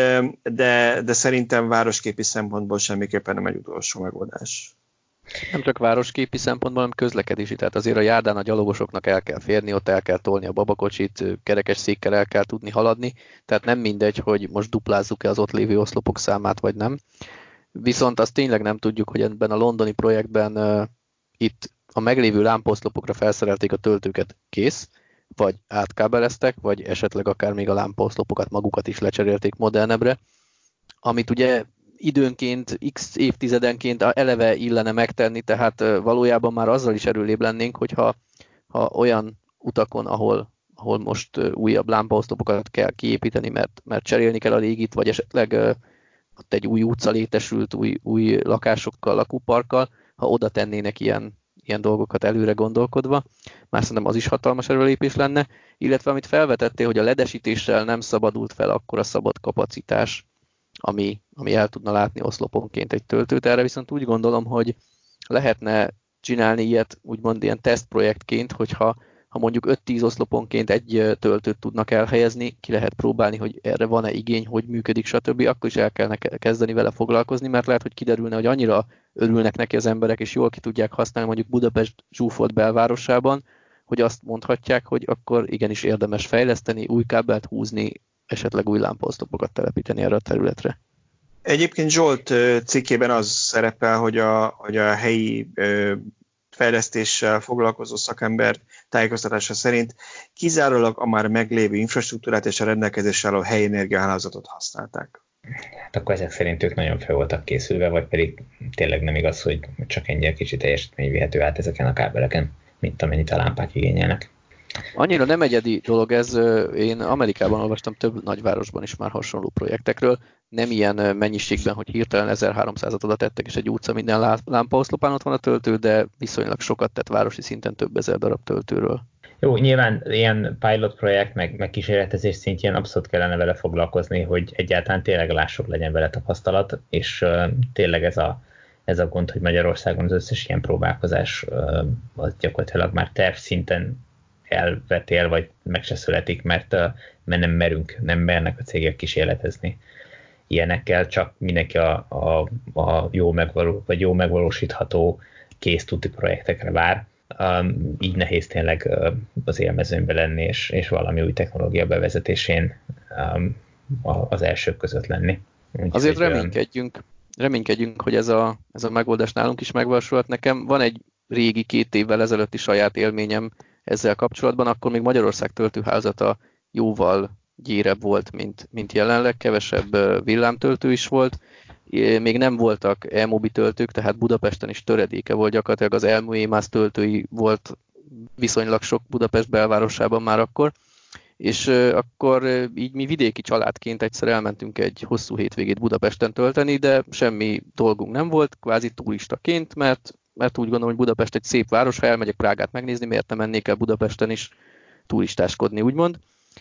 de, de szerintem városképi szempontból semmiképpen nem egy utolsó megoldás. Nem csak városképi szempontból, hanem közlekedési. Tehát azért a járdán a gyalogosoknak el kell férni, ott el kell tolni a babakocsit, kerekes székkel el kell tudni haladni. Tehát nem mindegy, hogy most duplázzuk-e az ott lévő oszlopok számát, vagy nem. Viszont azt tényleg nem tudjuk, hogy ebben a londoni projektben uh, itt a meglévő lámpaoszlopokra felszerelték a töltőket, kész, vagy átkábeleztek, vagy esetleg akár még a lámpaoszlopokat magukat is lecserélték modernebbre, amit ugye időnként, x évtizedenként eleve illene megtenni, tehát valójában már azzal is erőlébb lennénk, hogyha ha olyan utakon, ahol, ahol most újabb lámpaoszlopokat kell kiépíteni, mert, mert cserélni kell a régit, vagy esetleg ott egy új utca létesült, új, új lakásokkal, lakóparkkal, ha oda tennének ilyen, ilyen dolgokat előre gondolkodva, már szerintem az is hatalmas erőlépés lenne, illetve amit felvetettél, hogy a ledesítéssel nem szabadult fel akkora szabad kapacitás, ami, ami el tudna látni oszloponként egy töltőt. Erre viszont úgy gondolom, hogy lehetne csinálni ilyet úgymond ilyen tesztprojektként, hogyha ha mondjuk öt-tíz oszloponként egy töltőt tudnak elhelyezni, ki lehet próbálni, hogy erre van-e igény, hogy működik, stb. Akkor is el kellene kezdeni vele foglalkozni, mert lehet, hogy kiderülne, hogy annyira örülnek neki az emberek, és jól ki tudják használni mondjuk Budapest zsúfolt belvárosában, hogy azt mondhatják, hogy akkor igenis érdemes fejleszteni, új kábelt húzni, esetleg új lámpaoszlopokat telepíteni erre a területre. Egyébként Zsolt cikkében az szerepel, hogy a, hogy a helyi fejlesztéssel foglalkozó szakember tájékoztatása szerint kizárólag a már meglévő infrastruktúrát és a rendelkezésre álló helyi energiahálózatot használták. Hát akkor ezek szerint ők nagyon fel voltak készülve, vagy pedig tényleg nem igaz, hogy csak ennyire kicsit teljesítmény vihető át ezeken a kábeleken, mint amennyit a lámpák igényelnek. Annyira nem egyedi dolog ez, én Amerikában olvastam több nagyvárosban is már hasonló projektekről, nem ilyen mennyiségben, hogy hirtelen ezerháromszázat oda tettek, és egy utca minden lámpaoszlopán ott van a töltő, de viszonylag sokat tett városi szinten több ezer darab töltőről. Jó, nyilván ilyen pilot projekt, meg, meg kísérletezés szintjén abszolút kellene vele foglalkozni, hogy egyáltalán tényleg lássuk, legyen vele tapasztalat, és uh, tényleg ez a, ez a gond, hogy Magyarországon az összes ilyen próbálkozás uh, az gyakorlatilag már terv szinten elvetél, vagy meg se születik, mert, uh, mert nem merünk, nem mernek a cégek kísérletezni ilyenekkel, csak mindenki a, a, a jó, megvaló, vagy jó megvalósítható kész tuti projektekre vár. Um, így nehéz tényleg uh, az élmezőnybe lenni, és, és valami új technológia bevezetésén um, az elsők között lenni. Úgy, Azért hogy, reménykedjünk, reménykedjünk, hogy ez a, ez a megoldás nálunk is megvalósulhat. Nekem van egy régi két évvel ezelőtti saját élményem ezzel kapcsolatban, akkor még Magyarország töltőhálózata jóval gyérebb volt, mint, mint jelenleg, kevesebb villámtöltő is volt. Még nem voltak e-mobi töltők, tehát Budapesten is töredéke volt gyakorlatilag, az Elmo EMAS töltői volt viszonylag sok Budapest belvárosában már akkor, és akkor így mi vidéki családként egyszer elmentünk egy hosszú hétvégét Budapesten tölteni, de semmi dolgunk nem volt, kvázi turistaként, mert, mert úgy gondolom, hogy Budapest egy szép város, ha elmegyek Prágát megnézni, miért nem mennék el Budapesten is turistáskodni, úgymond.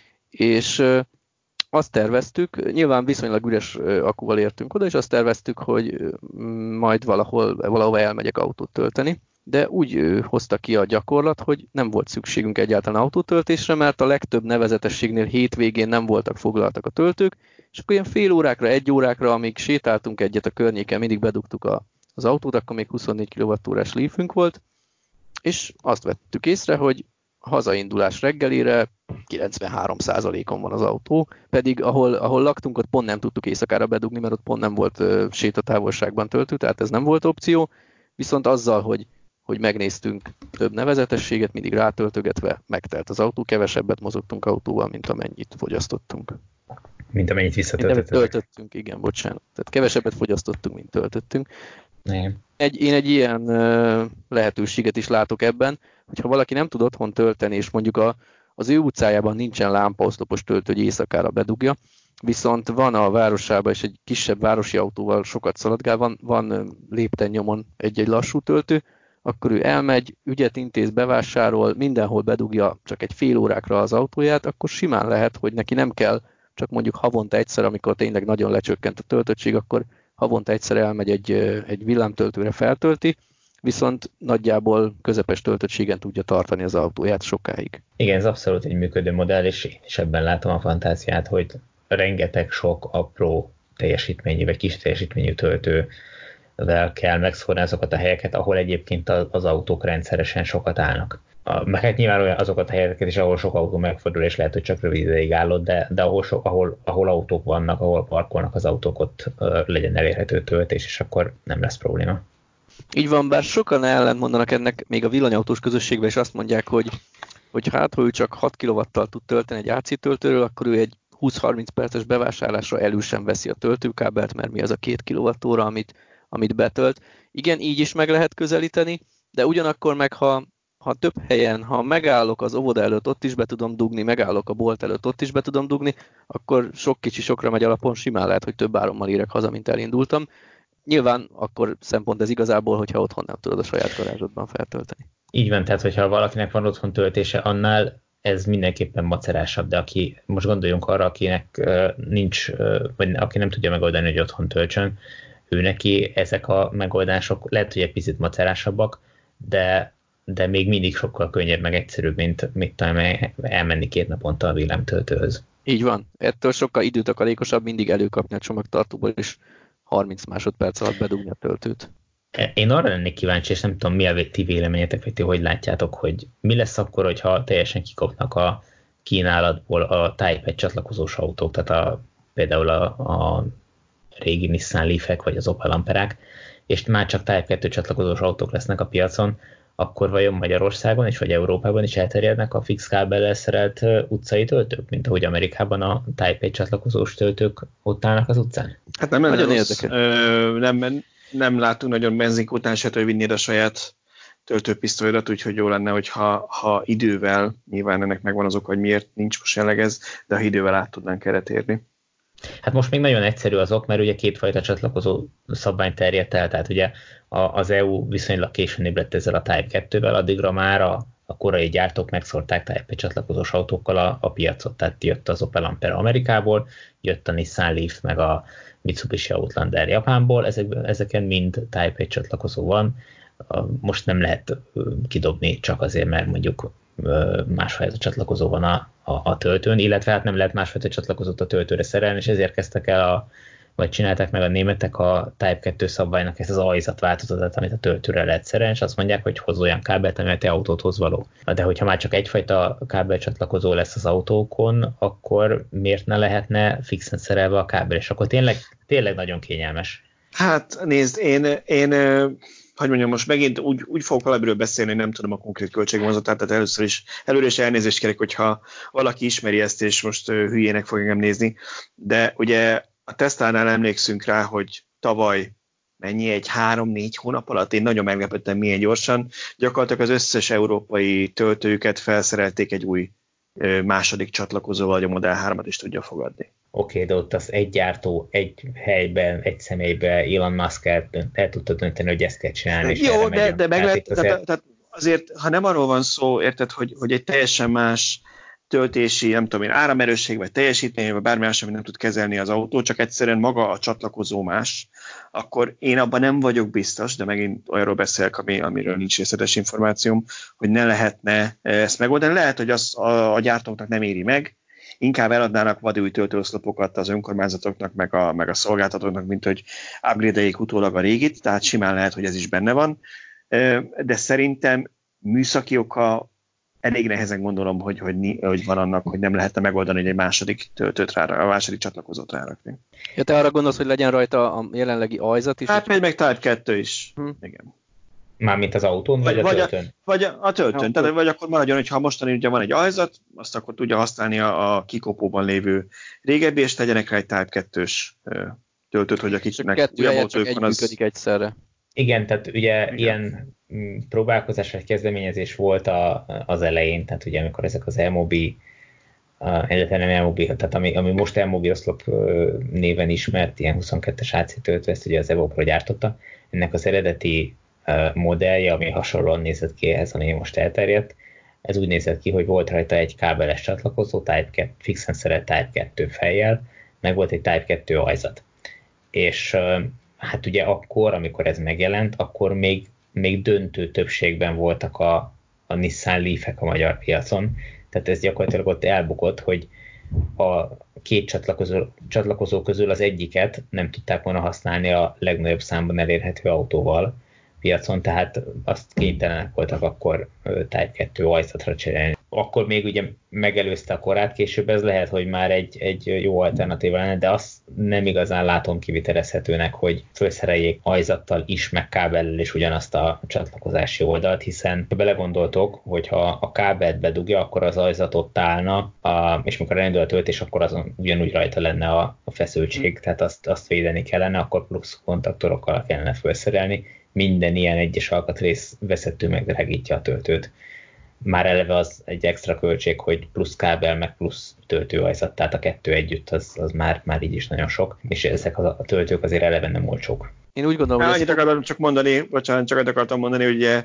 És azt terveztük, nyilván viszonylag üres akuval értünk oda, és azt terveztük, hogy majd valahol, valahol elmegyek autót tölteni, de úgy hozta ki a gyakorlat, hogy nem volt szükségünk egyáltalán autótöltésre, mert a legtöbb nevezetességnél hétvégén nem voltak foglaltak a töltők, és akkor ilyen fél órákra, egy órákra, amíg sétáltunk egyet a környéken, mindig bedugtuk a, az autót, akkor még huszonnégy kilowattórás Leafünk volt, és azt vettük észre, hogy hazaindulás reggelire kilencvenhárom százalékon van az autó, pedig ahol, ahol laktunk, ott pont nem tudtuk éjszakára bedugni, mert ott pont nem volt uh, sétatávolságban töltő, tehát ez nem volt opció, viszont azzal, hogy, hogy megnéztünk több nevezetességet, mindig rátöltögetve megtelt az autó, kevesebbet mozogtunk autóval, mint amennyit fogyasztottunk. Mint amennyit visszatöltöttünk. Töltöttünk, igen, bocsánat. Tehát kevesebbet fogyasztottunk, mint töltöttünk. Nem. Egy, én egy ilyen uh, lehetőséget is látok ebben, hogyha valaki nem tud otthon tölteni, és mondjuk a, az ő utcájában nincsen lámpaoszlopos töltő, hogy éjszakára bedugja, viszont van a városában, és egy kisebb városi autóval sokat szaladgál, van, van lépten nyomon egy-egy lassú töltő, akkor ő elmegy, ügyet intéz, bevásárol, mindenhol bedugja csak egy fél órákra az autóját, akkor simán lehet, hogy neki nem kell csak mondjuk havonta egyszer, amikor tényleg nagyon lecsökkent a töltöttség, akkor havonta egyszer elmegy egy, egy villámtöltőre, feltölti, viszont nagyjából közepes töltöttségen tudja tartani az autóját sokáig. Igen, ez abszolút egy működő modell, és én is ebben látom a fantáziát, hogy rengeteg sok apró teljesítményű, vagy kis teljesítményű töltővel kell megszórni azokat a helyeket, ahol egyébként az autók rendszeresen sokat állnak. Meg hát nyilván olyan azokat a helyeket is, ahol sok autó megfordul, és lehet, hogy csak rövid ideig állott, de, de ahol, so, ahol, ahol autók vannak, ahol parkolnak az autók, ott uh, legyen elérhető töltés, és akkor nem lesz probléma. Így van, bár sokan ellent mondanak ennek még a villanyautós közösségben, és azt mondják, hogy, hogy hát, ha ő csak hat kilovattal tud tölteni egy á cé töltőről, akkor ő egy húsz-harminc perces bevásárlásra elő sem veszi a töltőkábelt, mert mi az a két kilovattóra, amit, amit betölt. Igen, így is meg lehet közelíteni, de ugyanakkor meg, ha, ha több helyen, ha megállok az óvoda előtt, ott is be tudom dugni, megállok a bolt előtt, ott is be tudom dugni, akkor sok kicsi sokra megy alapon, simán lehet, hogy több árommal érek haza, mint elindultam. Nyilván akkor szempont ez igazából, hogyha otthon nem tudod a saját garázsodban feltölteni. Így van, tehát hogyha valakinek van otthon töltése, annál ez mindenképpen macerásabb, de aki, most gondoljunk arra, akinek uh, nincs, uh, vagy aki nem tudja megoldani, hogy otthon töltsön, ő neki ezek a megoldások lehet, hogy egy picit macerásabbak, de, de még mindig sokkal könnyebb, meg egyszerűbb, mint, mint elmenni két naponta a villámtöltőhöz. Így van, ettől sokkal időtakarékosabb mindig előkapni a csomagtartóból, és harminc másodperc alatt bedugni a töltőt. Én arra lennék kíváncsi, és nem tudom, mi a ti véleményetek, vagy ti hogy látjátok, hogy mi lesz akkor, hogyha teljesen kikopnak a kínálatból a Type egy csatlakozós autók, tehát a, például a, a régi Nissan Leaf-ek, vagy az Opel Amperák, és már csak Type kettő csatlakozós autók lesznek a piacon, akkor vajon Magyarországon és vagy Európában is elterjednek a fix kábellel szerelt utcai töltők, mint ahogy Amerikában a Type egy csatlakozós töltők ott állnak az utcán? Hát nem nagyon érdekes. Ö, nem, nem látunk nagyon benzinkútán se, hogy vinnéd a saját töltőpisztolyodat, úgyhogy jó lenne, hogyha ha idővel, nyilván ennek megvan az oka, hogy miért nincs most jelenleg ez, de ha idővel át tudnánk erre térni. Hát most még nagyon egyszerű az ok, mert ugye kétfajta csatlakozó szabvány terjedt el, tehát ugye az é u viszonylag későn ébredt ezzel a Type kettővel, addigra már a, a korai gyártók megszórták Type egy csatlakozós autókkal a, a piacot, tehát jött az Opel Ampera Amerikából, jött a Nissan Leaf, meg a Mitsubishi Outlander Japánból, ezekben, ezeken mind Type egy csatlakozó van, most nem lehet kidobni csak azért, mert mondjuk másfajta csatlakozó van a, a, a töltőn, illetve hát nem lehet másfajta csatlakozót a töltőre szerelni, és ezért kezdtek el, a, vagy csinálták meg a németek a Type kettő szabványnak ezt az ajzat változatát, amit a töltőre lehet szerelni, és azt mondják, hogy hoz olyan kábelt, ami a te autódhoz való. De hogyha már csak egyfajta kábel csatlakozó lesz az autókon, akkor miért ne lehetne fixen szerelve a kábel, és akkor tényleg, tényleg nagyon kényelmes. Hát nézd, én, én hogy mondjam, most megint úgy, úgy fogok valabiről beszélni, hogy nem tudom a konkrét költségvonzatát, tehát először is, előre is elnézést kérek, hogyha valaki ismeri ezt, és most hülyének fog engem nézni, de ugye a Teslánál emlékszünk rá, hogy tavaly mennyi, egy három-négy hónap alatt, én nagyon meglepődtem milyen gyorsan, gyakorlatilag az összes európai töltőjüket felszerelték egy új második csatlakozóval, hogy a Model hármat is tudja fogadni. Oké, okay, de ott az egy gyártó, egy helyben, egy személyben Elon Musk el, el tudta dönteni, hogy ezt kell csinálni. És jó, de, de meg lehet, azért... Tehát, tehát azért, ha nem arról van szó, érted, hogy, hogy egy teljesen más töltési, nem tudom én, áramerősség, vagy teljesítmény, vagy bármi más, amit nem tud kezelni az autó, csak egyszerűen maga a csatlakozó más, akkor én abban nem vagyok biztos, de megint olyanról beszélek, ami, amiről nincs részletes információm, hogy ne lehetne ezt megoldani. Lehet, hogy az a, a gyártóknak nem éri meg, inkább eladnának vadúj töltőoszlopokat az önkormányzatoknak, meg a, meg a szolgáltatóknak, mint hogy upgrade-eljék utólag a régit, tehát simán lehet, hogy ez is benne van. De szerintem műszaki oka elég nehezen gondolom, hogy, hogy, hogy van annak, hogy nem lehetne megoldani, hogy egy második töltőt rá, a második csatlakozót rárakni. Ja, te arra gondolsz, hogy legyen rajta a jelenlegi ajzat is? Hát megy meg Type kettő is. Hm. Igen. Mármint az autón, vagy, vagy a töltőn? A, vagy a, a töltőn. Ja, Tehát, vagy akkor maradjon, hogy ha mostani ugye van egy ajzat, azt akkor tudja használni a, a kikopóban lévő régebbi, és tegyenek rá egy Type kettős töltőt, hogy akiknek újabb autók van, az... egyszerre. Igen, tehát ugye igen. Ilyen próbálkozás vagy kezdeményezés volt a, az elején, tehát ugye amikor ezek az Elmobi, illetve nem Elmobi, tehát ami, ami most Elmobi oszlop néven ismert, ilyen huszonkettes á cé töltő, ezt ugye az Evopro gyártotta, ennek az eredeti modellje, ami hasonlóan nézett ki ehhez, ami most elterjedt. Ez úgy nézett ki, hogy volt rajta egy kábeles csatlakozó, Type kettő, fixen szerelt Type kettő fejjel, meg volt egy Type kettő ajzat. És hát ugye akkor, amikor ez megjelent, akkor még, még döntő többségben voltak a, a Nissan Leaf-ek a magyar piacon. Tehát ez gyakorlatilag ott elbukott, hogy a két csatlakozó, csatlakozó közül az egyiket nem tudták volna használni a legnagyobb számban elérhető autóval piacon, tehát azt kénytelenek voltak akkor Type kettő ajzatra cserélni. Akkor még ugye megelőzte a korát, később ez lehet, hogy már egy, egy jó alternatíva lenne, de azt nem igazán látom kivitelezhetőnek, hogy felszereljék ajzattal is, meg kábellel is ugyanazt a csatlakozási oldalt, hiszen ha belegondoltok, hogyha a kábelt bedugja, akkor az ajzat ott állna, a, és mikor elindul a töltés, akkor azon ugyanúgy rajta lenne a, a feszültség, tehát azt, azt védeni kellene, akkor plusz kontaktorokkal kellene felszerelni. Minden ilyen egyes alkatrész veszettő megdrágítja a töltőt. Már eleve az egy extra költség, hogy plusz kábel, meg plusz töltőajzat, tehát a kettő együtt az, az már, már így is nagyon sok, és ezek a, a töltők azért eleve nem olcsók. Én úgy gondolom, hogy... Annyit ezt... akartam csak mondani, bocsánat, csak akartam mondani, hogy ugye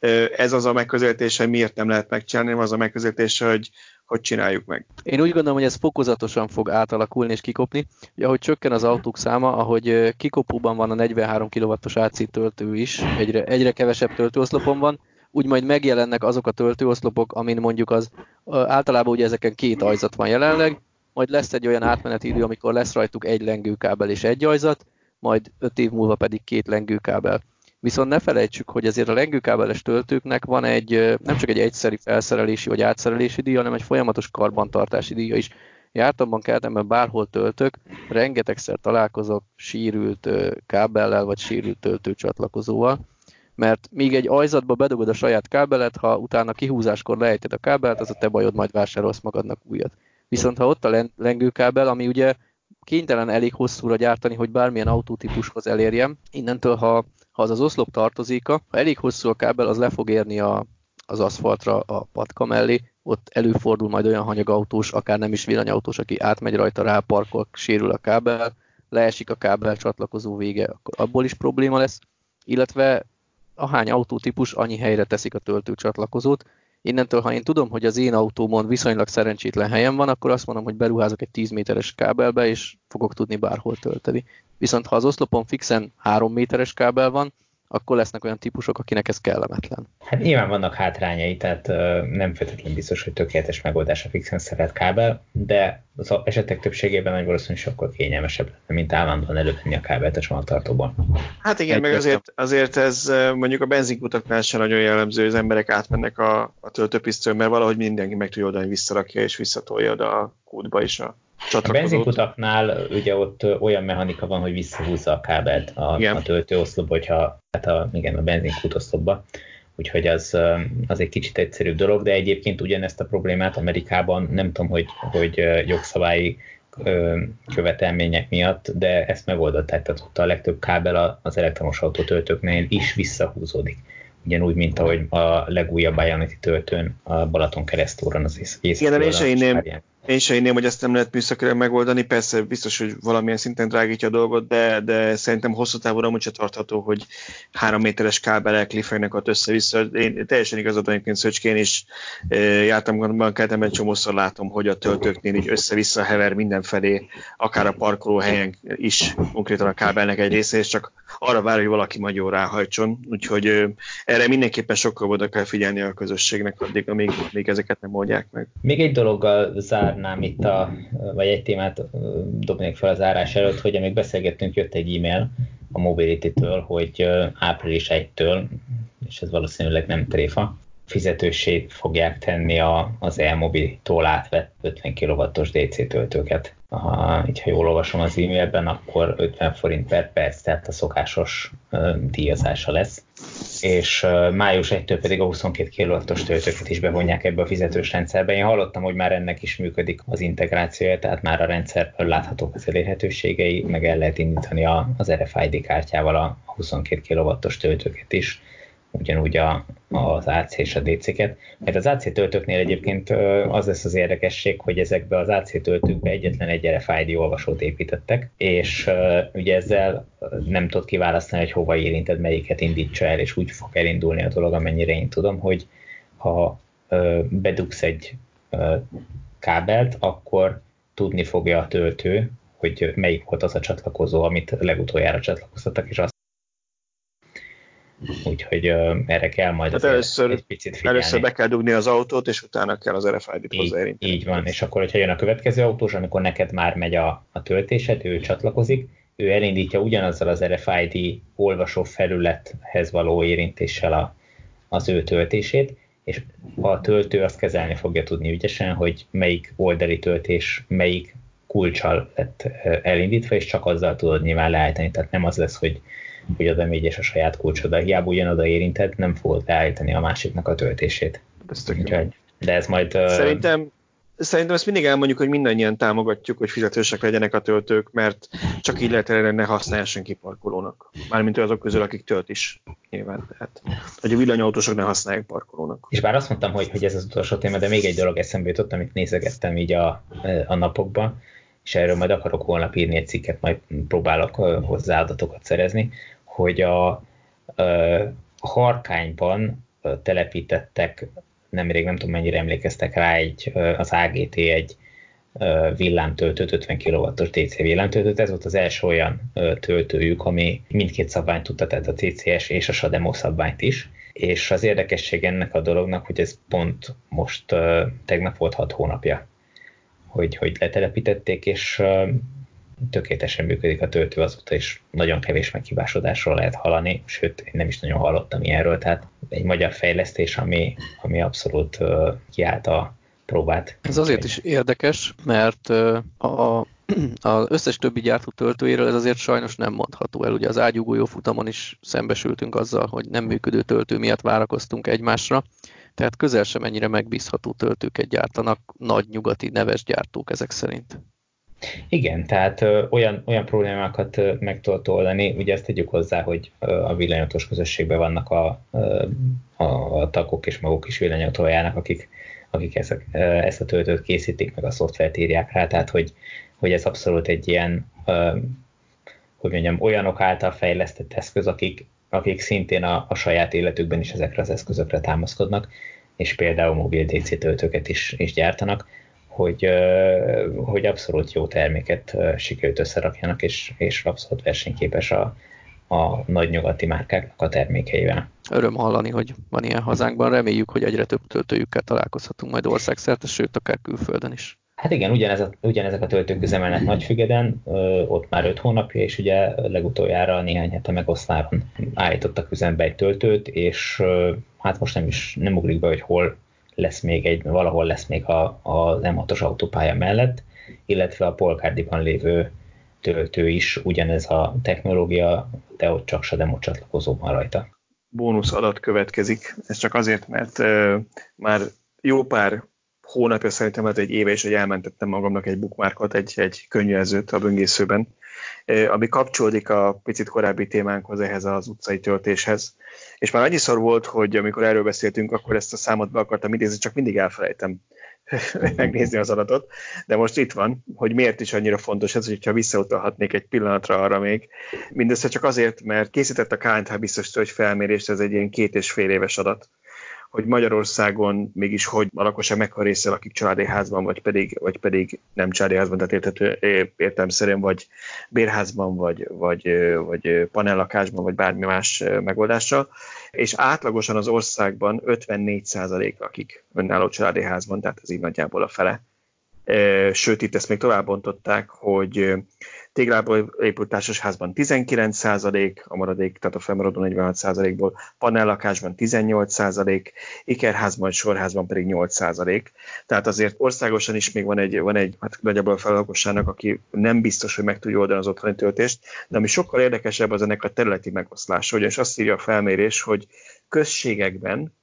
ez az a megközelítés, hogy miért nem lehet megcsinálni, az a megközelítés, hogy hogy csináljuk meg. Én úgy gondolom, hogy ez fokozatosan fog átalakulni és kikopni. Ugye, ahogy csökken az autók száma, ahogy kikopóban van a negyvenhárom kilowattos á cé töltő is, egyre, egyre kevesebb töltőoszlopon van, úgy majd megjelennek azok a töltőoszlopok, amin mondjuk az, általában ugye ezeken két ajzat van jelenleg, majd lesz egy olyan átmeneti idő, amikor lesz rajtuk egy lengőkábel és egy ajzat, majd öt év múlva pedig két lengőkábel. Viszont ne felejtsük, hogy azért a lengőkábeles töltőknek van egy, nem csak egy egyszeri felszerelési vagy átszerelési díja, hanem egy folyamatos karbantartási díja is. Jártamban, keltemben bárhol töltök, rengetegszer találkozok sérült kábellel vagy sérült töltőcsatlakozóval, mert míg egy ajzatba bedugod a saját kábelet, ha utána kihúzáskor lejted a kábelt, az a te bajod, majd vásárolsz magadnak újat. Viszont ha ott a lengőkábel, ami ugye kénytelen elég hosszúra gyártani, hogy bármilyen autótípushoz elérjem, innentől, ha, ha az az oszlop tartozéka, ha elég hosszú a kábel, az le fog érni a, az aszfaltra, a patka mellé, ott előfordul majd olyan hanyagautós, akár nem is villanyautós, aki átmegy rajta, rá parkol, sérül a kábel, leesik a kábel csatlakozó vége, akkor abból is probléma lesz, illetve ahány autótípus, annyi helyre teszik a töltőcsatlakozót. Innentől, ha én tudom, hogy az én autómon viszonylag szerencsétlen helyen van, akkor azt mondom, hogy beruházok egy tíz méteres kábelbe, és fogok tudni bárhol tölteni. Viszont ha az oszlopon fixen három méteres kábel van, akkor lesznek olyan típusok, akinek ez kellemetlen. Hát nyilván vannak hátrányai, tehát uh, nem feltétlenül biztos, hogy tökéletes megoldás a fixen szerelt kábel, de az esetek többségében nagy valószínűleg sokkal kényelmesebb lenne, mint állandóan elővenni a kábelt a csomagtartóban. Hát igen, meg azért, azért ez mondjuk a benzinkutaknál sem nagyon jellemző, hogy az emberek átmennek a, a töltőpisztolyon, mert valahogy mindenki meg tudja oldani, visszarakja és visszatolja oda a kútba is a csatlakozót. A benzinkutaknál ugye ott olyan mechanika van, hogy visszahúzza a kábelt a, a töltőoszlopba, hogyha hát a, igen, a benzinkút oszlopba. Úgyhogy az, az egy kicsit egyszerűbb dolog, de egyébként ugyanezt a problémát Amerikában nem tudom, hogy, hogy jogszabályi követelmények miatt, de ezt megoldották, tehát ott a legtöbb kábel az elektromos autótöltőknél is visszahúzódik. Ugyanúgy, mint ahogy a legújabb Ionity töltőn a Balaton keresztúron az északi oldalon. Én se hinném, hogy ezt nem lehet műszakilag megoldani, persze biztos, hogy valamilyen szinten drágítja a dolgot, de, de szerintem hosszú távon amúgy se tartható, hogy három méteres kábelek lifegnek ott össze-vissza. Én teljesen igazad van, egyébként Szöcskén is e, jártam gondban, keltem, egy csomószor látom, hogy a töltőknél így össze-vissza hever mindenfelé, akár a parkolóhelyen is konkrétan a kábelnek egy része, és csak arra vár, hogy valaki majd jól ráhajtson. Úgyhogy e, erre mindenképpen sokkal oda kell figyelni a közösségnek addig, amíg még ezeket nem oldják meg. Még egy dologgal zár itt a, vagy egy témát dobnék fel az zárás előtt, hogy amíg beszélgettünk, jött egy e-mail a Mobility-től, hogy április elsejétől, és ez valószínűleg nem tréfa, fizetőssé fogják tenni a, az e-mobilitól átvett ötven kilowattos dé cé töltőket. Ha, így, ha jól olvasom az e-mailben, akkor ötven forint per perc, tehát a szokásos uh, díjazása lesz. És uh, május elsejétől pedig a huszonkét kilowattos töltőket is bevonják ebbe a fizetős rendszerbe. Én hallottam, hogy már ennek is működik az integrációja, tehát már a rendszerből láthatók az elérhetőségei, meg el lehet indítani a, az er ef i dé kártyával a huszonkét kilowattos töltőket is. Ugyanúgy a az á cé és a dé cé-ket. Mert az á cé töltőknél egyébként az lesz az érdekesség, hogy ezekbe az á cé töltőkbe egyetlen egy er ef i dé olvasót építettek, és ugye ezzel nem tudod kiválasztani, hogy hova érinted, melyiket indítsa el, és úgy fog elindulni a dolog, amennyire én tudom, hogy ha bedugsz egy kábelt, akkor tudni fogja a töltő, hogy melyik volt az a csatlakozó, amit legutoljára csatlakoztattak, és azt úgyhogy uh, erre kell majd hát először, egy picit figyelni. Először be kell dugni az autót, és utána kell az er ef i dét hozzáérinteni. Így van, és akkor, hogyha jön a következő autós, amikor neked már megy a, a töltésed, ő csatlakozik, ő elindítja ugyanazzal az er ef i dé olvasó felülethez való érintéssel a, az ő töltését, és a töltő azt kezelni fogja tudni ügyesen, hogy melyik oldali töltés, melyik kulccsal lett elindítva, és csak azzal tudod nyilván leállítani. Tehát nem az lesz, hogy hogy oda megy és a saját kulcsoddal. Hiába ugyanoda érinted, nem fogod leállítani a másiknak a töltését. Úgyhogy, de ez majd... Szerintem, szerintem ezt mindig elmondjuk, hogy mindannyian támogatjuk, hogy fizetősek legyenek a töltők, mert csak így lehet elérni, ne használják senki parkolónak. Mármint azok közül, akik tölt is nyilván. Tehát, hogy a villanyautósok ne használják parkolónak. És bár azt mondtam, hogy, hogy ez az utolsó téma, de még egy dolog eszembe jutott, amit nézegettem így a, a napokban, és erről majd akarok holnap írni egy cikket, majd próbálok hozzá adatokat szerezni, hogy a, a Harkányban telepítettek, nemrég nem tudom mennyire emlékeztek rá, egy, az á gé té egy villámtöltőt, ötven kilowattos dé cé villámtöltőt. Ez volt az első olyan töltőjük, ami mindkét szabványt tudta, tehát a cé cé es és a SADEMO szabványt is. És az érdekesség ennek a dolognak, hogy ez pont most tegnap volt hat hónapja, hogy, hogy letelepítették, és tökéletesen működik a töltő azóta, és nagyon kevés meghibásodásról lehet hallani, sőt, én nem is nagyon hallottam ilyenről, tehát egy magyar fejlesztés, ami, ami abszolút uh, kiállt a próbát. Ez azért is érdekes, mert uh, a, az összes többi gyártó töltőjéről ez azért sajnos nem mondható el. Ugye az ágyúgolyó futamon is szembesültünk azzal, hogy nem működő töltő miatt várakoztunk egymásra, tehát közel sem ennyire megbízható töltőket gyártanak nagy nyugati neves gyártók ezek szerint. Igen, tehát ö, olyan, olyan problémákat ö, meg tudod oldani, ugye ezt tegyük hozzá, hogy ö, a villanyautós közösségben vannak a, ö, a, a tagok és maguk is villanyautójának, akik, akik ezt, ö, ezt a töltőt készítik, meg a szoftvert írják rá, tehát hogy, hogy ez abszolút egy ilyen, ö, hogy mondjam, olyanok által fejlesztett eszköz, akik, akik szintén a, a saját életükben is ezekre az eszközökre támaszkodnak, és például mobil dé cé töltőket is, is gyártanak, hogy, hogy abszolút jó terméket sikerült összerakjanak, és, és abszolút versenyképes a, a nagy nyugati márkáknak a termékeivel. Öröm hallani, hogy van ilyen hazánkban. Reméljük, hogy egyre több töltőjükkel találkozhatunk majd országszerte, sőt, akár külföldön is. Hát igen, ugyanez a, ugyanezek a töltők üzemelnek Nagyfügeden, ott már öt hónapja, és ugye legutoljára néhány hete Megoszláron állítottak üzembe egy töltőt, és hát most nem is nem ugrik be, hogy hol lesz még egy, valahol lesz még a, az em hatos autópálya mellett, illetve a Polkárdiban lévő töltő is ugyanez a technológia, de ott csak SADEMO csatlakozó van rajta. Bónusz adat következik, ez csak azért, mert uh, már jó pár hónapja, szerintem hát egy éve is, hogy elmentettem magamnak egy bookmarkot, egy, egy könyvjelzőt a böngészőben, uh, ami kapcsolódik a picit korábbi témánkhoz, ehhez az utcai töltéshez. És már annyiszor volt, hogy amikor erről beszéltünk, akkor ezt a számot be akartam idézni, csak mindig elfelejtem megnézni az adatot, de most itt van, hogy miért is annyira fontos ez, hogyha visszautalhatnék egy pillanatra arra még. Mindössze csak azért, mert készített a ká en há biztos tölgyfelmérést, ez egy ilyen két és fél éves adat, hogy Magyarországon mégis hogy a lakosság mekkora része lakik családi házban, vagy pedig, vagy pedig nem családi házban, tehát érthető, értelemszerűen, vagy bérházban, vagy, vagy, vagy panellakásban, vagy bármi más megoldással. És átlagosan az országban ötvennégy százalék lakik önálló családi házban, tehát ez így nagyjából a fele. Sőt, itt ezt még tovább bontották, hogy téglából épült társasházban tizenkilenc százalék, a maradék, tehát a felmaradó negyvenhat százalékból, panellakásban tizennyolc százalék, ikerházban, sorházban pedig nyolc százalék. Tehát azért országosan is még van egy, van egy hát nagyjából a felelakosságnak, aki nem biztos, hogy meg tudja oldani az otthoni töltést, de ami sokkal érdekesebb az ennek a területi megoszlása, ugyanis azt írja a felmérés, hogy községekben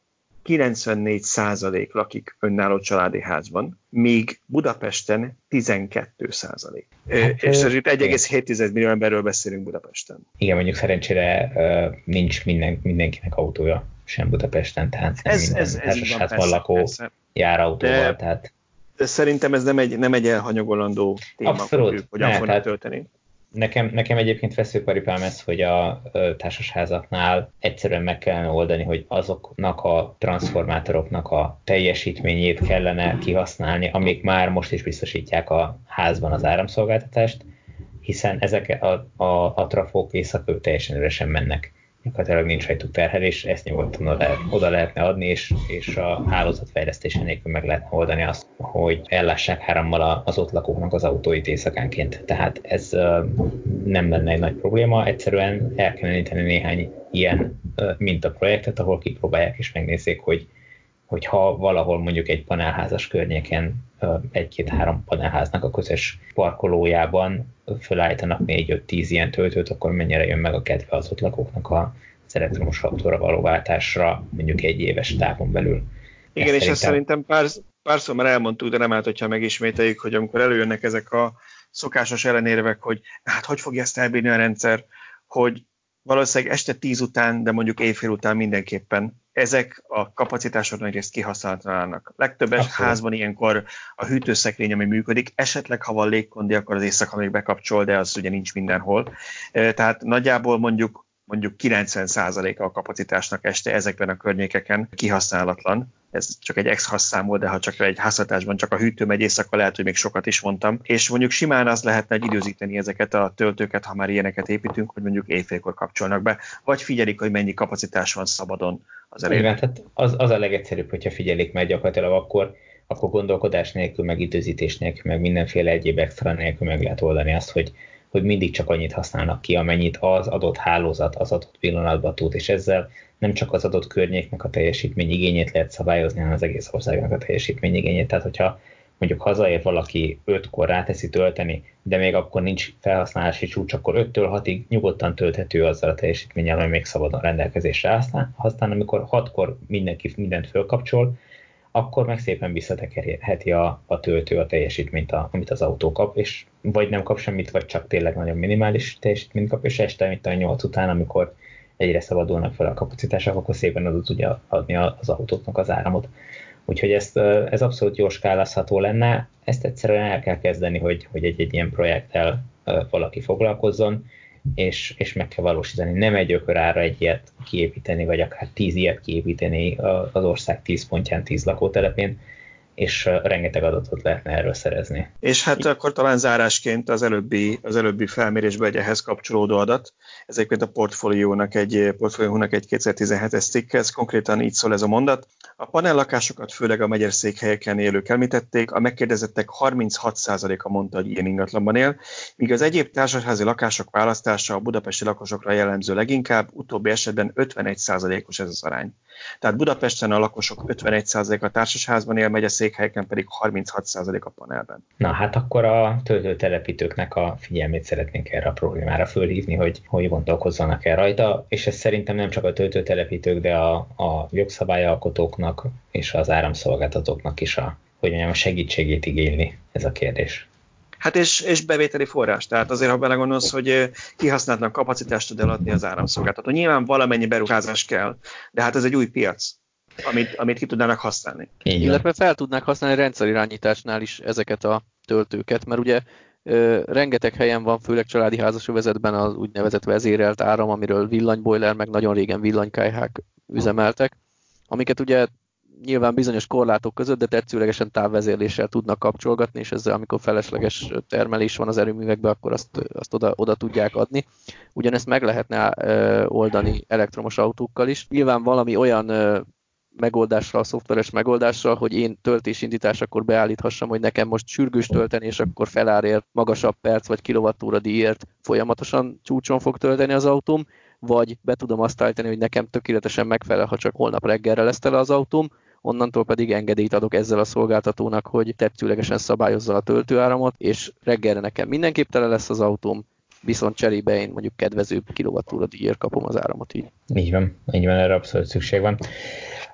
kilencvennégy százalék lakik önálló családi házban, míg Budapesten tizenkét százalék. Hát, és itt egy egész hét millió emberről beszélünk Budapesten. Igen, mondjuk szerencsére uh, nincs minden, mindenkinek autója sem Budapesten, tehát ez, minden ez, ez társasházban lakó persze. jár autóval. De, tehát... de szerintem ez nem egy, nem egy elhanyagolandó téma, abszolút. hogy ők hogyan fognak tölteni. Nekem, nekem egyébként veszőparipám ez, hogy a társasházaknál egyszerűen meg kellene oldani, hogy azoknak a transformátoroknak a teljesítményét kellene kihasználni, amik már most is biztosítják a házban az áramszolgáltatást, hiszen ezek a, a, a trafók éjszaka teljesen üresen mennek. Gyakorlatilag nincs rajtuk terhelés, ezt nyugodtan oda, oda lehetne adni, és, és a hálózatfejlesztése nélkül meg lehetne oldani azt, hogy ellássák árammal az ott lakóknak az autóit éjszakánként. Tehát ez uh, nem lenne egy nagy probléma, egyszerűen el kellene indítani néhány ilyen uh, mintaprojektet, ahol kipróbálják és megnézzék, hogy, hogy ha valahol mondjuk egy panelházas környéken uh, egy-két-három panelháznak a közös parkolójában felállítanak négy-öt-tíz ilyen töltőt, akkor mennyire jön meg a kedve az ott lakóknak az elektromos autóra való váltásra mondjuk egy éves távon belül. Igen, ezt és szerintem... ezt szerintem pár, párszor már elmondtuk, de nem állt, hogyha megismételjük, hogy amikor előjönnek ezek a szokásos ellenérvek, hogy hát hogy fogja ezt elbírni a rendszer, hogy valószínűleg este tíz után, de mondjuk éjfél után mindenképpen ezek a kapacitások nagy részt kihasználhatnának. Legtöbb házban ilyenkor a hűtőszekrény, ami működik, esetleg ha van légkondi, akkor az éjszaka még bekapcsol, de az ugye nincs mindenhol. Tehát nagyjából mondjuk mondjuk kilencven százaléka a kapacitásnak este ezekben a környékeken kihasználatlan. Ez csak egy ex-hasz számol, de ha csak egy háztartásban csak a hűtő megy éjszaka, lehet, hogy még sokat is mondtam. És mondjuk simán az lehetne időzíteni ezeket a töltőket, ha már ilyeneket építünk, hogy mondjuk éjfélkor kapcsolnak be, vagy figyelik, hogy mennyi kapacitás van szabadon az elég. Igen, tehát az, az a legegyszerűbb, hogyha figyelik meg gyakorlatilag akkor, akkor gondolkodás nélkül, meg időzítés nélkül, meg mindenféle egyéb extra nélkül meg lehet oldani azt, hogy hogy mindig csak annyit használnak ki, amennyit az adott hálózat az adott pillanatban tud, és ezzel nem csak az adott környéknek a teljesítmény igényét lehet szabályozni, hanem az egész országnak a teljesítmény igényét. Tehát, hogyha mondjuk hazaér valaki ötkor ráteszi tölteni, de még akkor nincs felhasználási csúcs, akkor öttől hatig nyugodtan tölthető azzal a teljesítménnyel, ami még szabadon rendelkezésre használ. Aztán, amikor hatkor mindenki mindent fölkapcsol, akkor meg szépen visszatekerheti a, a töltő a teljesítményt, a, amit az autó kap, és vagy nem kap semmit, vagy csak tényleg nagyon minimális teljesítményt kap, és este, mint a nyolc után, amikor egyre szabadulnak fel a kapacitások, akkor szépen oda tudja adni az autóknak az áramot. Úgyhogy ezt, ez abszolút jól skálázható lenne, ezt egyszerűen el kell kezdeni, hogy, hogy egy-egy ilyen projekttel valaki foglalkozzon, és, és meg kell valósítani. Nem egy ökörára egy ilyet kiépíteni, vagy akár tíz ilyet kiépíteni az ország tíz pontján, tíz lakótelepén, és rengeteg adatot lehetne erről szerezni. És hát akkor talán zárásként az előbbi, az előbbi felmérésben egy ehhez kapcsolódó adat. Ez egyébként a portfóliónak egy, portfóliónak egy kétezer-tizenhetes cikke, ez konkrétan így szól ez a mondat. A panellakásokat főleg a megyeszékhelyeken élők említették, a megkérdezettek harminchat százaléka mondta, hogy ilyen ingatlanban él, míg az egyéb társasházi lakások választása a budapesti lakosokra jellemző leginkább, utóbbi esetben ötvenegy százalékos ez az arány. Tehát Budapesten a lakosok ötvenegy százaléka társasházban él, megyeszékhelyeken pedig harminchat százalék a panelben. Na hát akkor a töltőtelepítőknek a figyelmét szeretnénk erre a problémára fölhívni, hogy hogy gondolkozzanak el rajta, és ez szerintem nem csak a töltőtelepítők, de a, a jogszabályalkotóknak és az áramszolgáltatóknak is a, hogy mondjam, a segítségét igényli ez a kérdés. Hát és, és bevételi forrás. Tehát azért, ha belegondolsz, hogy kihasználatlan kapacitást tud eladni az áramszolgáltató. Nyilván valamennyi beruházás kell, de hát ez egy új piac, amit, amit ki tudnának használni. Így illetve fel tudnák használni rendszerirányításnál is ezeket a töltőket, mert ugye ö, rengeteg helyen van, főleg családi házasövezetben az úgynevezett vezérelt áram, amiről villanybojler, meg nagyon régen villanykályhák üzemeltek, amiket ugye nyilván bizonyos korlátok között, de tetszőlegesen távvezérléssel tudnak kapcsolgatni, és ezzel, amikor felesleges termelés van az erőművekben, akkor azt, azt oda, oda tudják adni. Ugyanezt meg lehetne oldani elektromos autókkal is. Nyilván valami olyan megoldással, szoftveres megoldással, hogy én töltésindításakor beállíthassam, hogy nekem most sürgős tölteni, és akkor felárért, magasabb perc vagy kilovattúra díjért folyamatosan csúcson fog tölteni az autóm, vagy be tudom azt állítani, hogy nekem tökéletesen megfelel, ha csak holnap reggelre lesz tele az autóm, onnantól pedig engedélyt adok ezzel a szolgáltatónak, hogy tetszőlegesen szabályozza a töltőáramot, és reggelre nekem mindenképp tele lesz az autóm, viszont cserébe én mondjuk kedvezőbb kilovattúra díjért kapom az áramot így. Így van, így van, erre abszolút szükség van.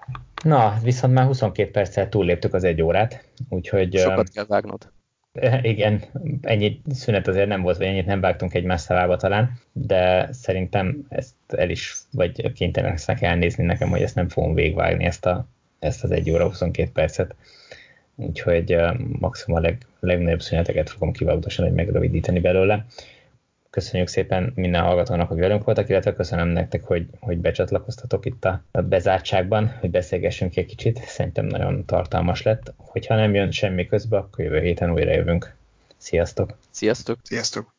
Na, viszont már huszonkét perccel túlléptük az egy órát, úgyhogy... Sokat kell vágnod. Igen, ennyi szünet azért nem volt, vagy ennyit nem vágtunk egymás szavába talán, de szerintem ezt el is, vagy kénytelenek lesznek elnézni nekem, hogy ezt nem fogom végvágni, ezt, a, ezt az egy óra huszonkét percet. Úgyhogy uh, maximum a leg, legnagyobb szüneteket fogom kivagdosan, hogy megrövidíteni belőle. Köszönjük szépen minden hallgatónak, hogy velünk voltak, illetve köszönöm nektek, hogy, hogy becsatlakoztatok itt a bezártságban, hogy beszélgessünk egy kicsit. Szerintem nagyon tartalmas lett. Hogyha nem jön semmi közbe, akkor jövő héten újra jövünk. Sziasztok! Sziasztok! Sziasztok!